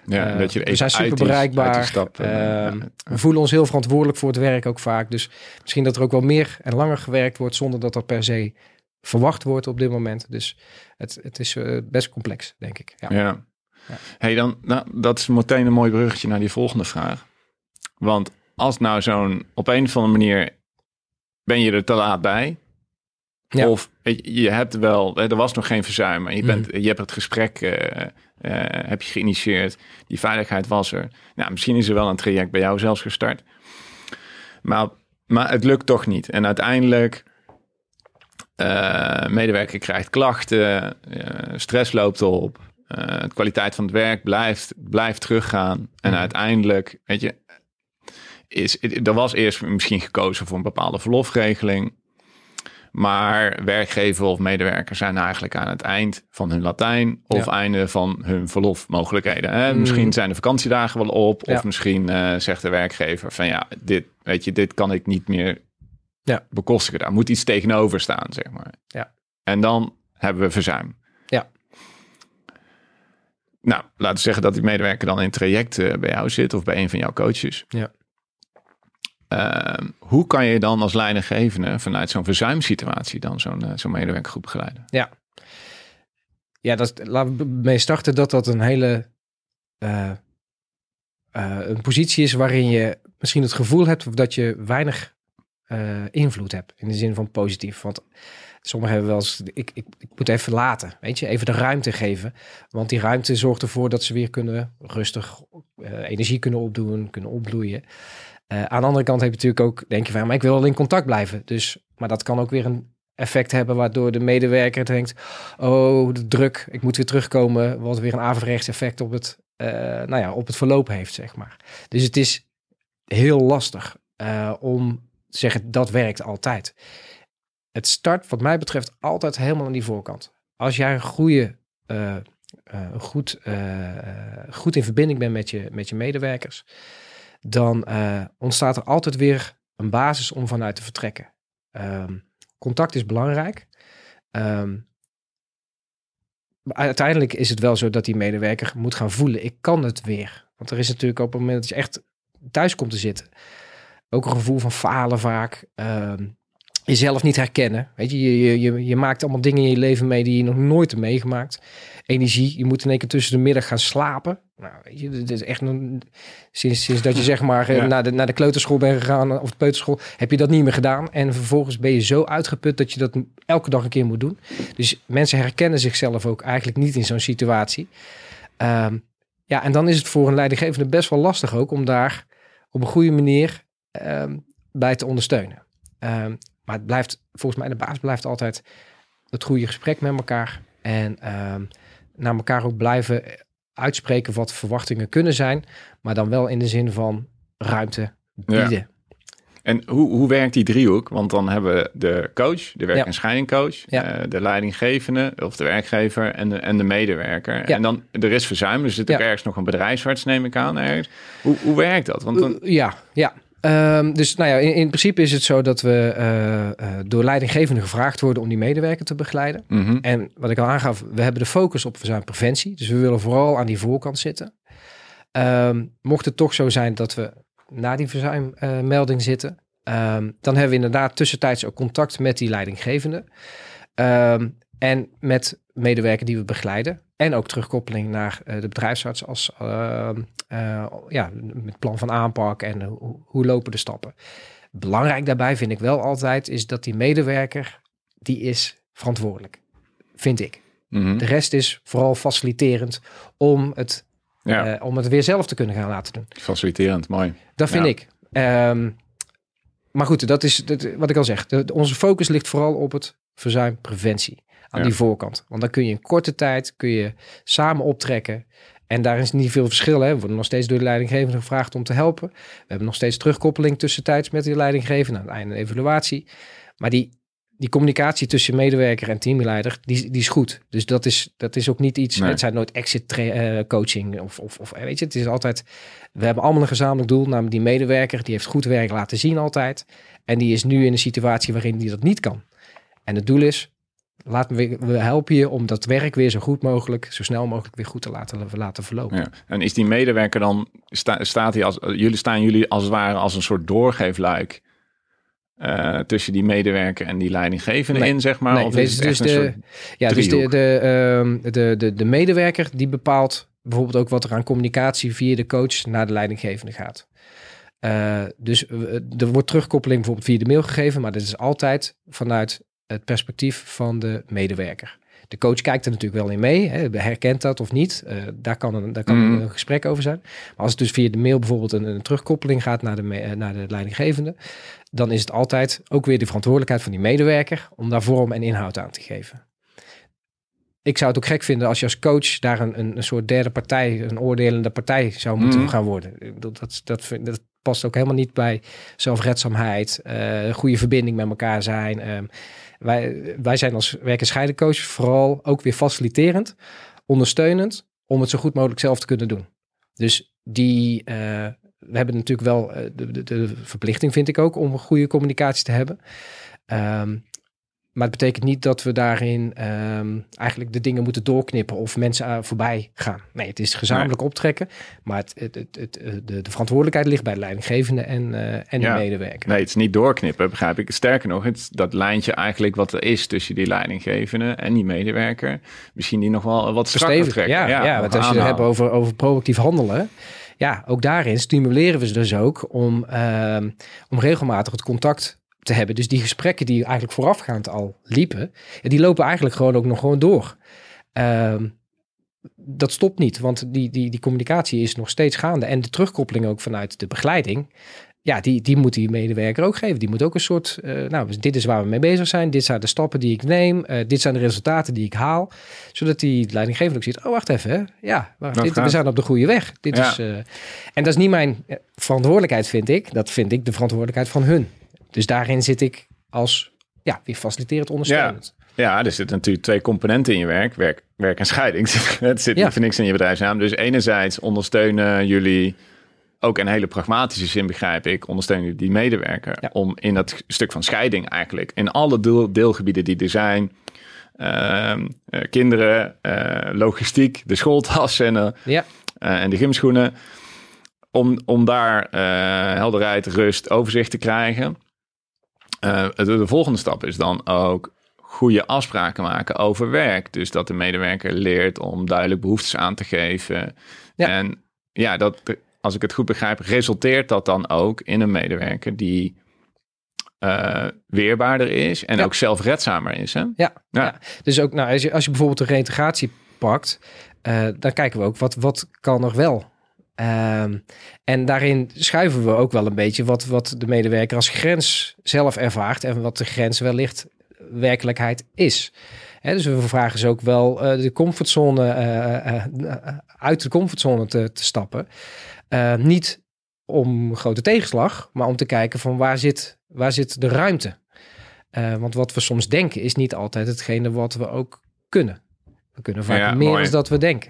Ja, dat je we zijn super bereikbaar. We voelen ons heel verantwoordelijk voor het werk ook vaak. Dus misschien dat er ook wel meer en langer gewerkt wordt zonder dat dat per se verwacht wordt op dit moment. Dus het is best complex, denk ik. Ja. Hey, dan, dat is meteen een mooi bruggetje naar die volgende vraag. Want als nou op een of andere manier ben je er te laat bij. Ja. Of je hebt wel, er was nog geen verzuim. En je hebt het gesprek heb je geïnitieerd. Die veiligheid was er. Nou, misschien is er wel een traject bij jou zelfs gestart. Maar het lukt toch niet. En uiteindelijk, medewerker krijgt klachten. Stress loopt op. De kwaliteit van het werk blijft teruggaan. En uiteindelijk, weet je, er was eerst misschien gekozen voor een bepaalde verlofregeling. Maar werkgever of medewerker zijn eigenlijk aan het eind van hun Latijn of einde van hun verlofmogelijkheden. Misschien zijn de vakantiedagen wel op. Of misschien zegt de werkgever van dit kan ik niet meer bekostigen. Daar moet iets tegenover staan, zeg maar. Ja. En dan hebben we verzuim. Ja. Nou, laten we zeggen dat die medewerker dan in een traject bij jou zit of bij een van jouw coaches. Ja. Hoe kan je dan als leidinggevende vanuit zo'n verzuimsituatie dan zo'n medewerkergroep begeleiden? Ja, laten we mee starten dat een hele een positie is waarin je misschien het gevoel hebt dat je weinig invloed hebt. In de zin van positief. Want sommigen hebben wel eens, ik moet even laten, weet je, even de ruimte geven. Want die ruimte zorgt ervoor dat ze weer kunnen rustig energie kunnen opdoen, kunnen opbloeien. Aan de andere kant heb je natuurlijk ook, denk je van, maar ik wil wel in contact blijven. Maar dat kan ook weer een effect hebben waardoor de medewerker denkt, oh, de druk, ik moet weer terugkomen, wat weer een averechts effect op het verloop heeft, zeg maar. Dus het is heel lastig om te zeggen, dat werkt altijd. Het start, wat mij betreft, altijd helemaal aan die voorkant. Als jij een goed in verbinding bent met je medewerkers, dan ontstaat er altijd weer een basis om vanuit te vertrekken. Contact is belangrijk. Maar uiteindelijk is het wel zo dat die medewerker moet gaan voelen, ik kan het weer. Want er is natuurlijk op het moment dat je echt thuis komt te zitten, ook een gevoel van falen vaak. Jezelf niet herkennen. Weet je maakt allemaal dingen in je leven mee die je nog nooit hebt meegemaakt. Energie, je moet in één keer tussen de middag gaan slapen. Nou, weet je, dit is echt sinds dat je zeg maar naar de kleuterschool bent gegaan of de peuterschool, heb je dat niet meer gedaan. En vervolgens ben je zo uitgeput dat je dat elke dag een keer moet doen. Dus mensen herkennen zichzelf ook eigenlijk niet in zo'n situatie. En dan is het voor een leidinggevende best wel lastig ook om daar op een goede manier bij te ondersteunen. Maar het blijft, volgens mij, de basis blijft altijd het goede gesprek met elkaar. En naar elkaar ook blijven uitspreken wat verwachtingen kunnen zijn. Maar dan wel in de zin van ruimte bieden. Ja. En hoe werkt die driehoek? Want dan hebben we de coach, de werk- en scheidingcoach, de leidinggevende of de werkgever en de medewerker. Ja. En dan er is verzuim, dus er zit ook ergens nog een bedrijfsarts, neem ik aan. Ergens. Hoe werkt dat? Want dan... Dus in principe is het zo dat we door leidinggevenden gevraagd worden om die medewerker te begeleiden. Mm-hmm. En wat ik al aangaf, we hebben de focus op verzuimpreventie. Dus we willen vooral aan die voorkant zitten. Mocht het toch zo zijn dat we na die verzuimmelding zitten, dan hebben we inderdaad tussentijds ook contact met die leidinggevende. En met medewerker die we begeleiden. En ook terugkoppeling naar de bedrijfsarts als met plan van aanpak en hoe lopen de stappen. Belangrijk daarbij vind ik wel altijd is dat die medewerker, die is verantwoordelijk. Vind ik. Mm-hmm. De rest is vooral faciliterend om het weer zelf te kunnen gaan laten doen. Faciliterend, mooi. Dat vind ik. Maar goed, dat is wat ik al zeg. Onze focus ligt vooral op het verzuimpreventie. Aan die voorkant. Want dan kun je in korte tijd samen optrekken. En daar is niet veel verschil. Hè? We worden nog steeds door de leidinggevende gevraagd om te helpen. We hebben nog steeds terugkoppeling tussentijds met de leidinggevende. Aan het einde een evaluatie. Maar die communicatie tussen medewerker en teamleider, die is goed. Dus dat is ook niet iets. Nee. Het zijn nooit exit coaching of weet je. Het is altijd. We hebben allemaal een gezamenlijk doel. Namelijk die medewerker, die heeft goed werk laten zien altijd. En die is nu in een situatie waarin die dat niet kan. En het doel is, we helpen je om dat werk weer zo goed mogelijk, zo snel mogelijk weer goed te laten verlopen. Ja. En is die medewerker dan, staan jullie als het ware als een soort doorgeefluik tussen die medewerker en die leidinggevende in, zeg maar? Nee, of is het dus de medewerker die bepaalt bijvoorbeeld ook wat er aan communicatie via de coach naar de leidinggevende gaat. Dus er wordt terugkoppeling bijvoorbeeld via de mail gegeven, maar dat is altijd vanuit het perspectief van de medewerker. De coach kijkt er natuurlijk wel in mee, herkent dat of niet. Daar kan een gesprek over zijn. Maar als het dus via de mail bijvoorbeeld een terugkoppeling gaat naar de leidinggevende, dan is het altijd ook weer de verantwoordelijkheid van die medewerker om daar vorm en inhoud aan te geven. Ik zou het ook gek vinden als je als coach daar een soort derde partij, een oordelende partij zou moeten gaan worden. Dat past ook helemaal niet bij zelfredzaamheid, goede verbinding met elkaar zijn. Wij zijn als werk- en scheidencoaches vooral ook weer faciliterend, ondersteunend, om het zo goed mogelijk zelf te kunnen doen. Dus we hebben natuurlijk wel de verplichting, vind ik ook, om een goede communicatie te hebben. Maar het betekent niet dat we daarin eigenlijk de dingen moeten doorknippen of mensen voorbij gaan. Nee, het is gezamenlijk optrekken, maar de verantwoordelijkheid ligt bij de leidinggevende en de medewerker. Nee, het is niet doorknippen, begrijp ik. Sterker nog, het is dat lijntje eigenlijk wat er is tussen die leidinggevende en die medewerker. Misschien die nog wel wat strakker trekken. Ja, want als je het hebt over proactief handelen, ja, ook daarin stimuleren we ze dus ook om regelmatig het contact te hebben. Dus die gesprekken die eigenlijk voorafgaand al liepen, die lopen eigenlijk gewoon door. Dat stopt niet, want die communicatie is nog steeds gaande. En de terugkoppeling ook vanuit de begeleiding, ja, die moet die medewerker ook geven. Die moet ook een soort, dit is waar we mee bezig zijn. Dit zijn de stappen die ik neem. Dit zijn de resultaten die ik haal. Zodat die leidinggevende ook ziet, oh, wacht even. Hè? Ja, we zijn op de goede weg. En dat is niet mijn verantwoordelijkheid, vind ik. Dat vind ik de verantwoordelijkheid van hun. Dus daarin zit ik als weer faciliterend ondersteunend. Ja, er zitten natuurlijk 2 componenten in je werk en scheiding. Het zit niet voor niks in je bedrijfsnaam. Dus enerzijds ondersteunen jullie, ook in hele pragmatische zin begrijp ik, ondersteunen jullie die medewerker om in dat stuk van scheiding eigenlijk, in alle deelgebieden die er zijn, kinderen, logistiek, de schooltassen en de gymschoenen, om daar helderheid, rust, overzicht te krijgen. De volgende stap is dan ook goede afspraken maken over werk. Dus dat de medewerker leert om duidelijk behoeftes aan te geven. Ja. En dat, als ik het goed begrijp, resulteert dat dan ook in een medewerker die weerbaarder is en ook zelfredzamer is. Hè? Ja. Dus ook als je bijvoorbeeld de reintegratie pakt, dan kijken we ook wat kan er wel. En daarin schuiven we ook wel een beetje wat de medewerker als grens zelf ervaart en wat de grens wellicht werkelijkheid is. Dus we vragen ze ook wel de comfortzone uit de comfortzone te stappen. Niet om grote tegenslag, maar om te kijken van waar zit de ruimte. Want wat we soms denken is niet altijd hetgene wat we ook kunnen. We kunnen vaak meer dan dat we denken.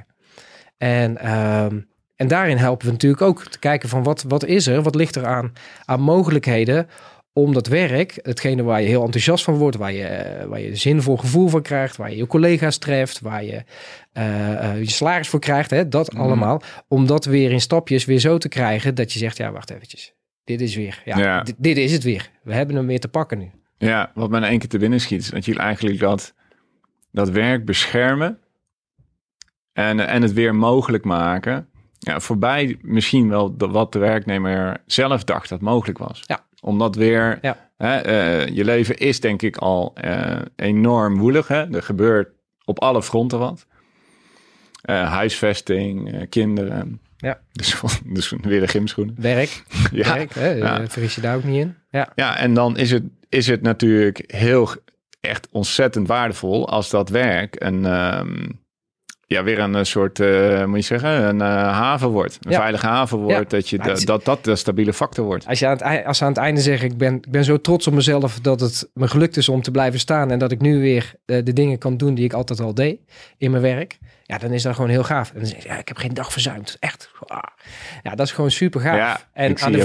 En daarin helpen we natuurlijk ook te kijken van wat is er, wat ligt er aan mogelijkheden om dat werk, hetgene waar je heel enthousiast van wordt, waar je zinvol gevoel van krijgt, waar je collega's treft, waar je je salaris voor krijgt, dat allemaal, om dat weer in stapjes weer zo te krijgen dat je zegt, ja, wacht eventjes, dit is weer, dit is het weer. We hebben hem weer te pakken nu. Ja, wat me in één keer te binnen schiet, is dat jullie eigenlijk dat werk beschermen en het weer mogelijk maken. Ja, voorbij misschien wel wat de werknemer zelf dacht dat mogelijk was. Ja. Omdat weer, je leven is denk ik al enorm woelig. Hè? Er gebeurt op alle fronten wat. Huisvesting, kinderen. Ja. Dus weer de gymschoenen. Werk, vergis je daar ook niet in. Ja, en dan is het natuurlijk echt ontzettend waardevol als dat werk weer een soort, moet je zeggen, een haven wordt. Een veilige haven wordt, dat de stabiele factor wordt. Als ze aan het einde zeggen, ik ben zo trots op mezelf dat het me gelukt is om te blijven staan en dat ik nu weer de dingen kan doen die ik altijd al deed in mijn werk. Ja, dan is dat gewoon heel gaaf. En dan zeg je, ik heb geen dag verzuimd. Echt. Ja, dat is gewoon super gaaf. Ja, en aan de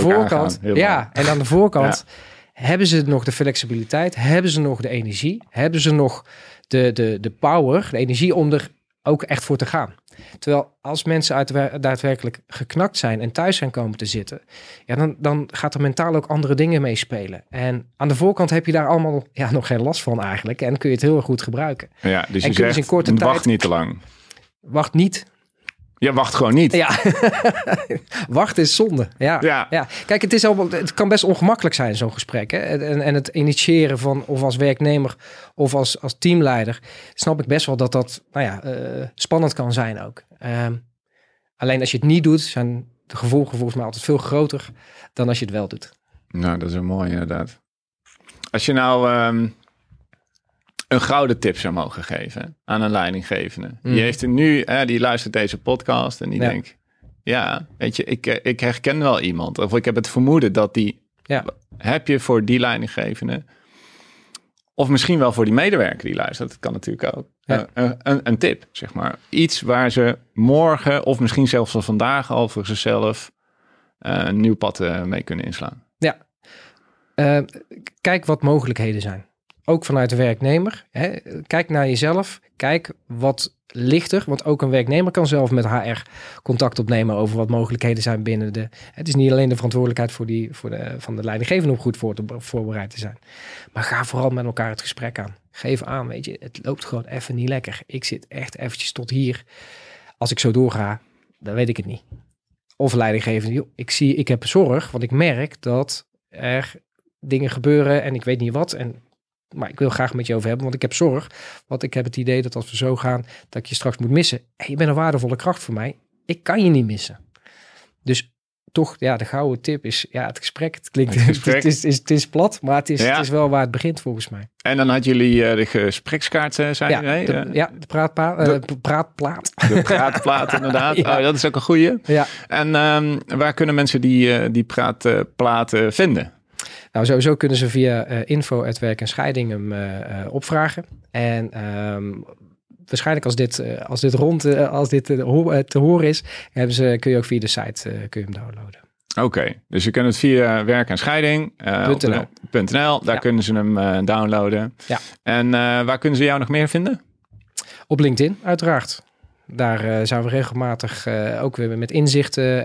voorkant, hebben ze nog de flexibiliteit? Hebben ze nog de energie? Hebben ze nog de power, de energie om er ook echt voor te gaan. Terwijl als mensen daadwerkelijk geknakt zijn en thuis zijn komen te zitten, ja, dan gaat er mentaal ook andere dingen meespelen. En aan de voorkant heb je daar allemaal nog geen last van eigenlijk. En dan kun je het heel erg goed gebruiken. Ja, dus en je zegt, in korte wacht tijd, niet te lang. Wacht niet. Ja, wacht gewoon niet. Ja, wacht is zonde. Ja. Kijk, het kan best ongemakkelijk zijn, zo'n gesprek. Hè? En het initiëren van, of als werknemer of als teamleider, snap ik best wel dat spannend kan zijn ook. Alleen als je het niet doet, zijn de gevolgen volgens mij altijd veel groter dan als je het wel doet. Nou, dat is een mooi inderdaad. Als je nou een gouden tip zou mogen geven aan een leidinggevende. Die heeft er nu, die luistert deze podcast en die denkt, ja, weet je, ik herken wel iemand. Of ik heb het vermoeden dat die, heb je voor die leidinggevende, of misschien wel voor die medewerker die luistert, dat kan natuurlijk ook, een tip, zeg maar. Iets waar ze morgen, of misschien zelfs al vandaag al voor zichzelf een nieuw pad mee kunnen inslaan. Ja, kijk wat mogelijkheden zijn. Ook vanuit de werknemer. Hè. Kijk naar jezelf. Kijk wat lichter. Want ook een werknemer kan zelf met HR contact opnemen over wat mogelijkheden zijn binnen de. Het is niet alleen de verantwoordelijkheid van de leidinggevende om goed voorbereid te zijn. Maar ga vooral met elkaar het gesprek aan. Geef aan, weet je, het loopt gewoon even niet lekker. Ik zit echt eventjes tot hier. Als ik zo doorga, dan weet ik het niet. Of leidinggevende, joh, ik heb zorg, want ik merk dat er dingen gebeuren en ik weet niet wat. Maar ik wil graag met je over hebben, want ik heb zorg. Want ik heb het idee dat als we zo gaan, dat ik je straks moet missen. Hey, je bent een waardevolle kracht voor mij. Ik kan je niet missen. Dus toch, de gouden tip is, het gesprek. Het klinkt, het is plat, maar het is wel waar het begint volgens mij. En dan had jullie de gesprekskaart, zei je? De praatplaat. De praatplaat, inderdaad. Ja. Oh, dat is ook een goeie. Ja. En waar kunnen mensen die praatplaten vinden? Nou, sowieso kunnen ze via info@werk en scheiding hem opvragen. En waarschijnlijk als dit te horen is, kun je ook via de site kun je hem downloaden. Oké, dus je kunt het via werk en scheiding .nl. Daar kunnen ze hem downloaden. Ja. En waar kunnen ze jou nog meer vinden? Op LinkedIn, uiteraard. Daar zijn we regelmatig ook weer met inzichten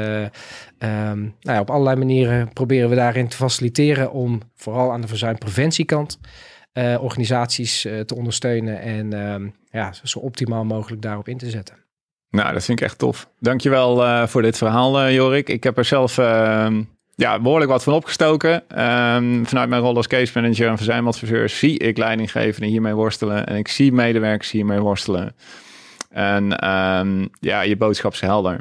en op allerlei manieren proberen we daarin te faciliteren om vooral aan de verzuimpreventiekant organisaties te ondersteunen en zo optimaal mogelijk daarop in te zetten. Nou, dat vind ik echt tof. Dankjewel voor dit verhaal, Jorik. Ik heb er zelf behoorlijk wat van opgestoken. Vanuit mijn rol als case manager en verzuimadviseur zie ik leidinggevenden hiermee worstelen en ik zie medewerkers hiermee worstelen. En je boodschap is helder.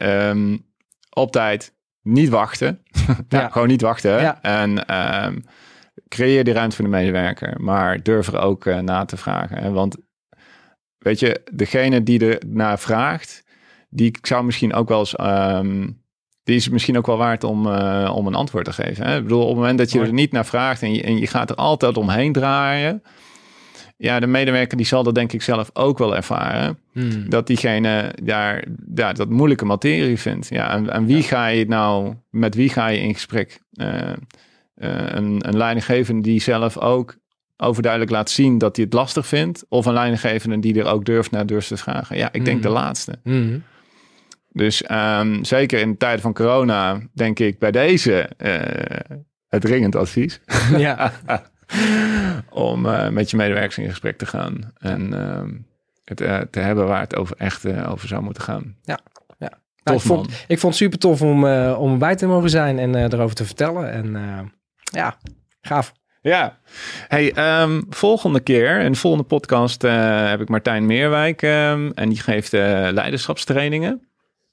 Op tijd, niet wachten. Gewoon niet wachten. Ja. En creëer die ruimte voor de medewerker. Maar durf er ook na te vragen. Hè? Want weet je, degene die er naar vraagt, die zou misschien ook wel eens die is misschien ook wel waard om een antwoord te geven. Hè? Ik bedoel, op het moment dat je er niet naar vraagt en je gaat er altijd omheen draaien. Ja, de medewerker die zal dat denk ik zelf ook wel ervaren. Dat diegene daar dat moeilijke materie vindt. Ja, en wie ga je nou, met wie ga je in gesprek? Een leidinggevende die zelf ook overduidelijk laat zien dat hij het lastig vindt. Of een leidinggevende die er ook durft te vragen. Ja, ik denk de laatste. Dus zeker in de tijden van corona denk ik bij deze het dringend advies. Ja. Om met je medewerkers in gesprek te gaan. En het te hebben waar het over zou moeten gaan. Ja. Tof, ik vond het super tof om erbij te mogen zijn en erover te vertellen. En gaaf. Ja. Hey, volgende keer, in de volgende podcast heb ik Martijn Meerwijk. En die geeft leiderschapstrainingen.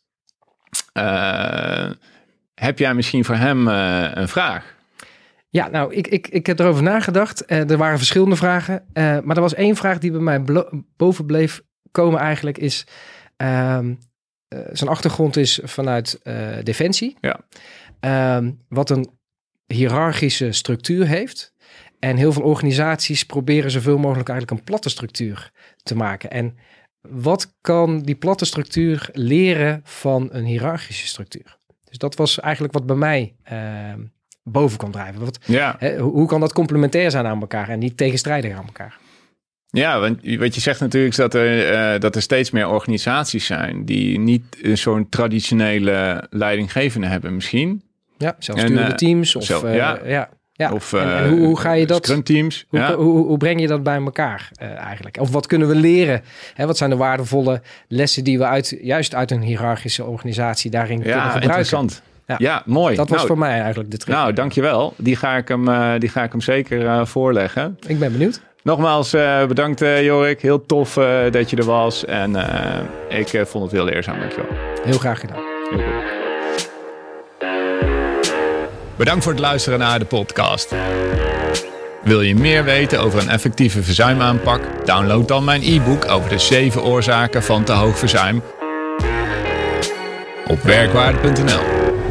Heb jij misschien voor hem een vraag? Ja, nou, ik heb erover nagedacht. Er waren verschillende vragen. Maar er was één vraag die bij mij boven bleef komen eigenlijk. Is zijn achtergrond is vanuit Defensie. Ja. Wat een hiërarchische structuur heeft. En heel veel organisaties proberen zoveel mogelijk eigenlijk een platte structuur te maken. En wat kan die platte structuur leren van een hiërarchische structuur? Dus dat was eigenlijk wat bij mij boven kon drijven. Hoe kan dat complementair zijn aan elkaar en niet tegenstrijdig aan elkaar? Ja, want wat je zegt natuurlijk is dat er steeds meer organisaties zijn die niet zo'n traditionele leidinggevende hebben misschien. Ja, zelfsturende teams. Of, Ja. Of en hoe ga je dat? Scrum teams. Hoe breng je dat bij elkaar eigenlijk? Of wat kunnen we leren? Wat zijn de waardevolle lessen die we juist uit een hiërarchische organisatie daarin kunnen gebruiken? Interessant. Ja, mooi. Dat was voor mij eigenlijk de trip. Nou, dankjewel. Die ga ik hem zeker voorleggen. Ik ben benieuwd. Nogmaals bedankt Jorik. Heel tof dat je er was. En ik vond het heel leerzaam. Dankjewel. Heel graag gedaan. Heel goed. Bedankt voor het luisteren naar de podcast. Wil je meer weten over een effectieve verzuimaanpak? Download dan mijn e-book over de 7 oorzaken van te hoog verzuim op werkwaarde.nl.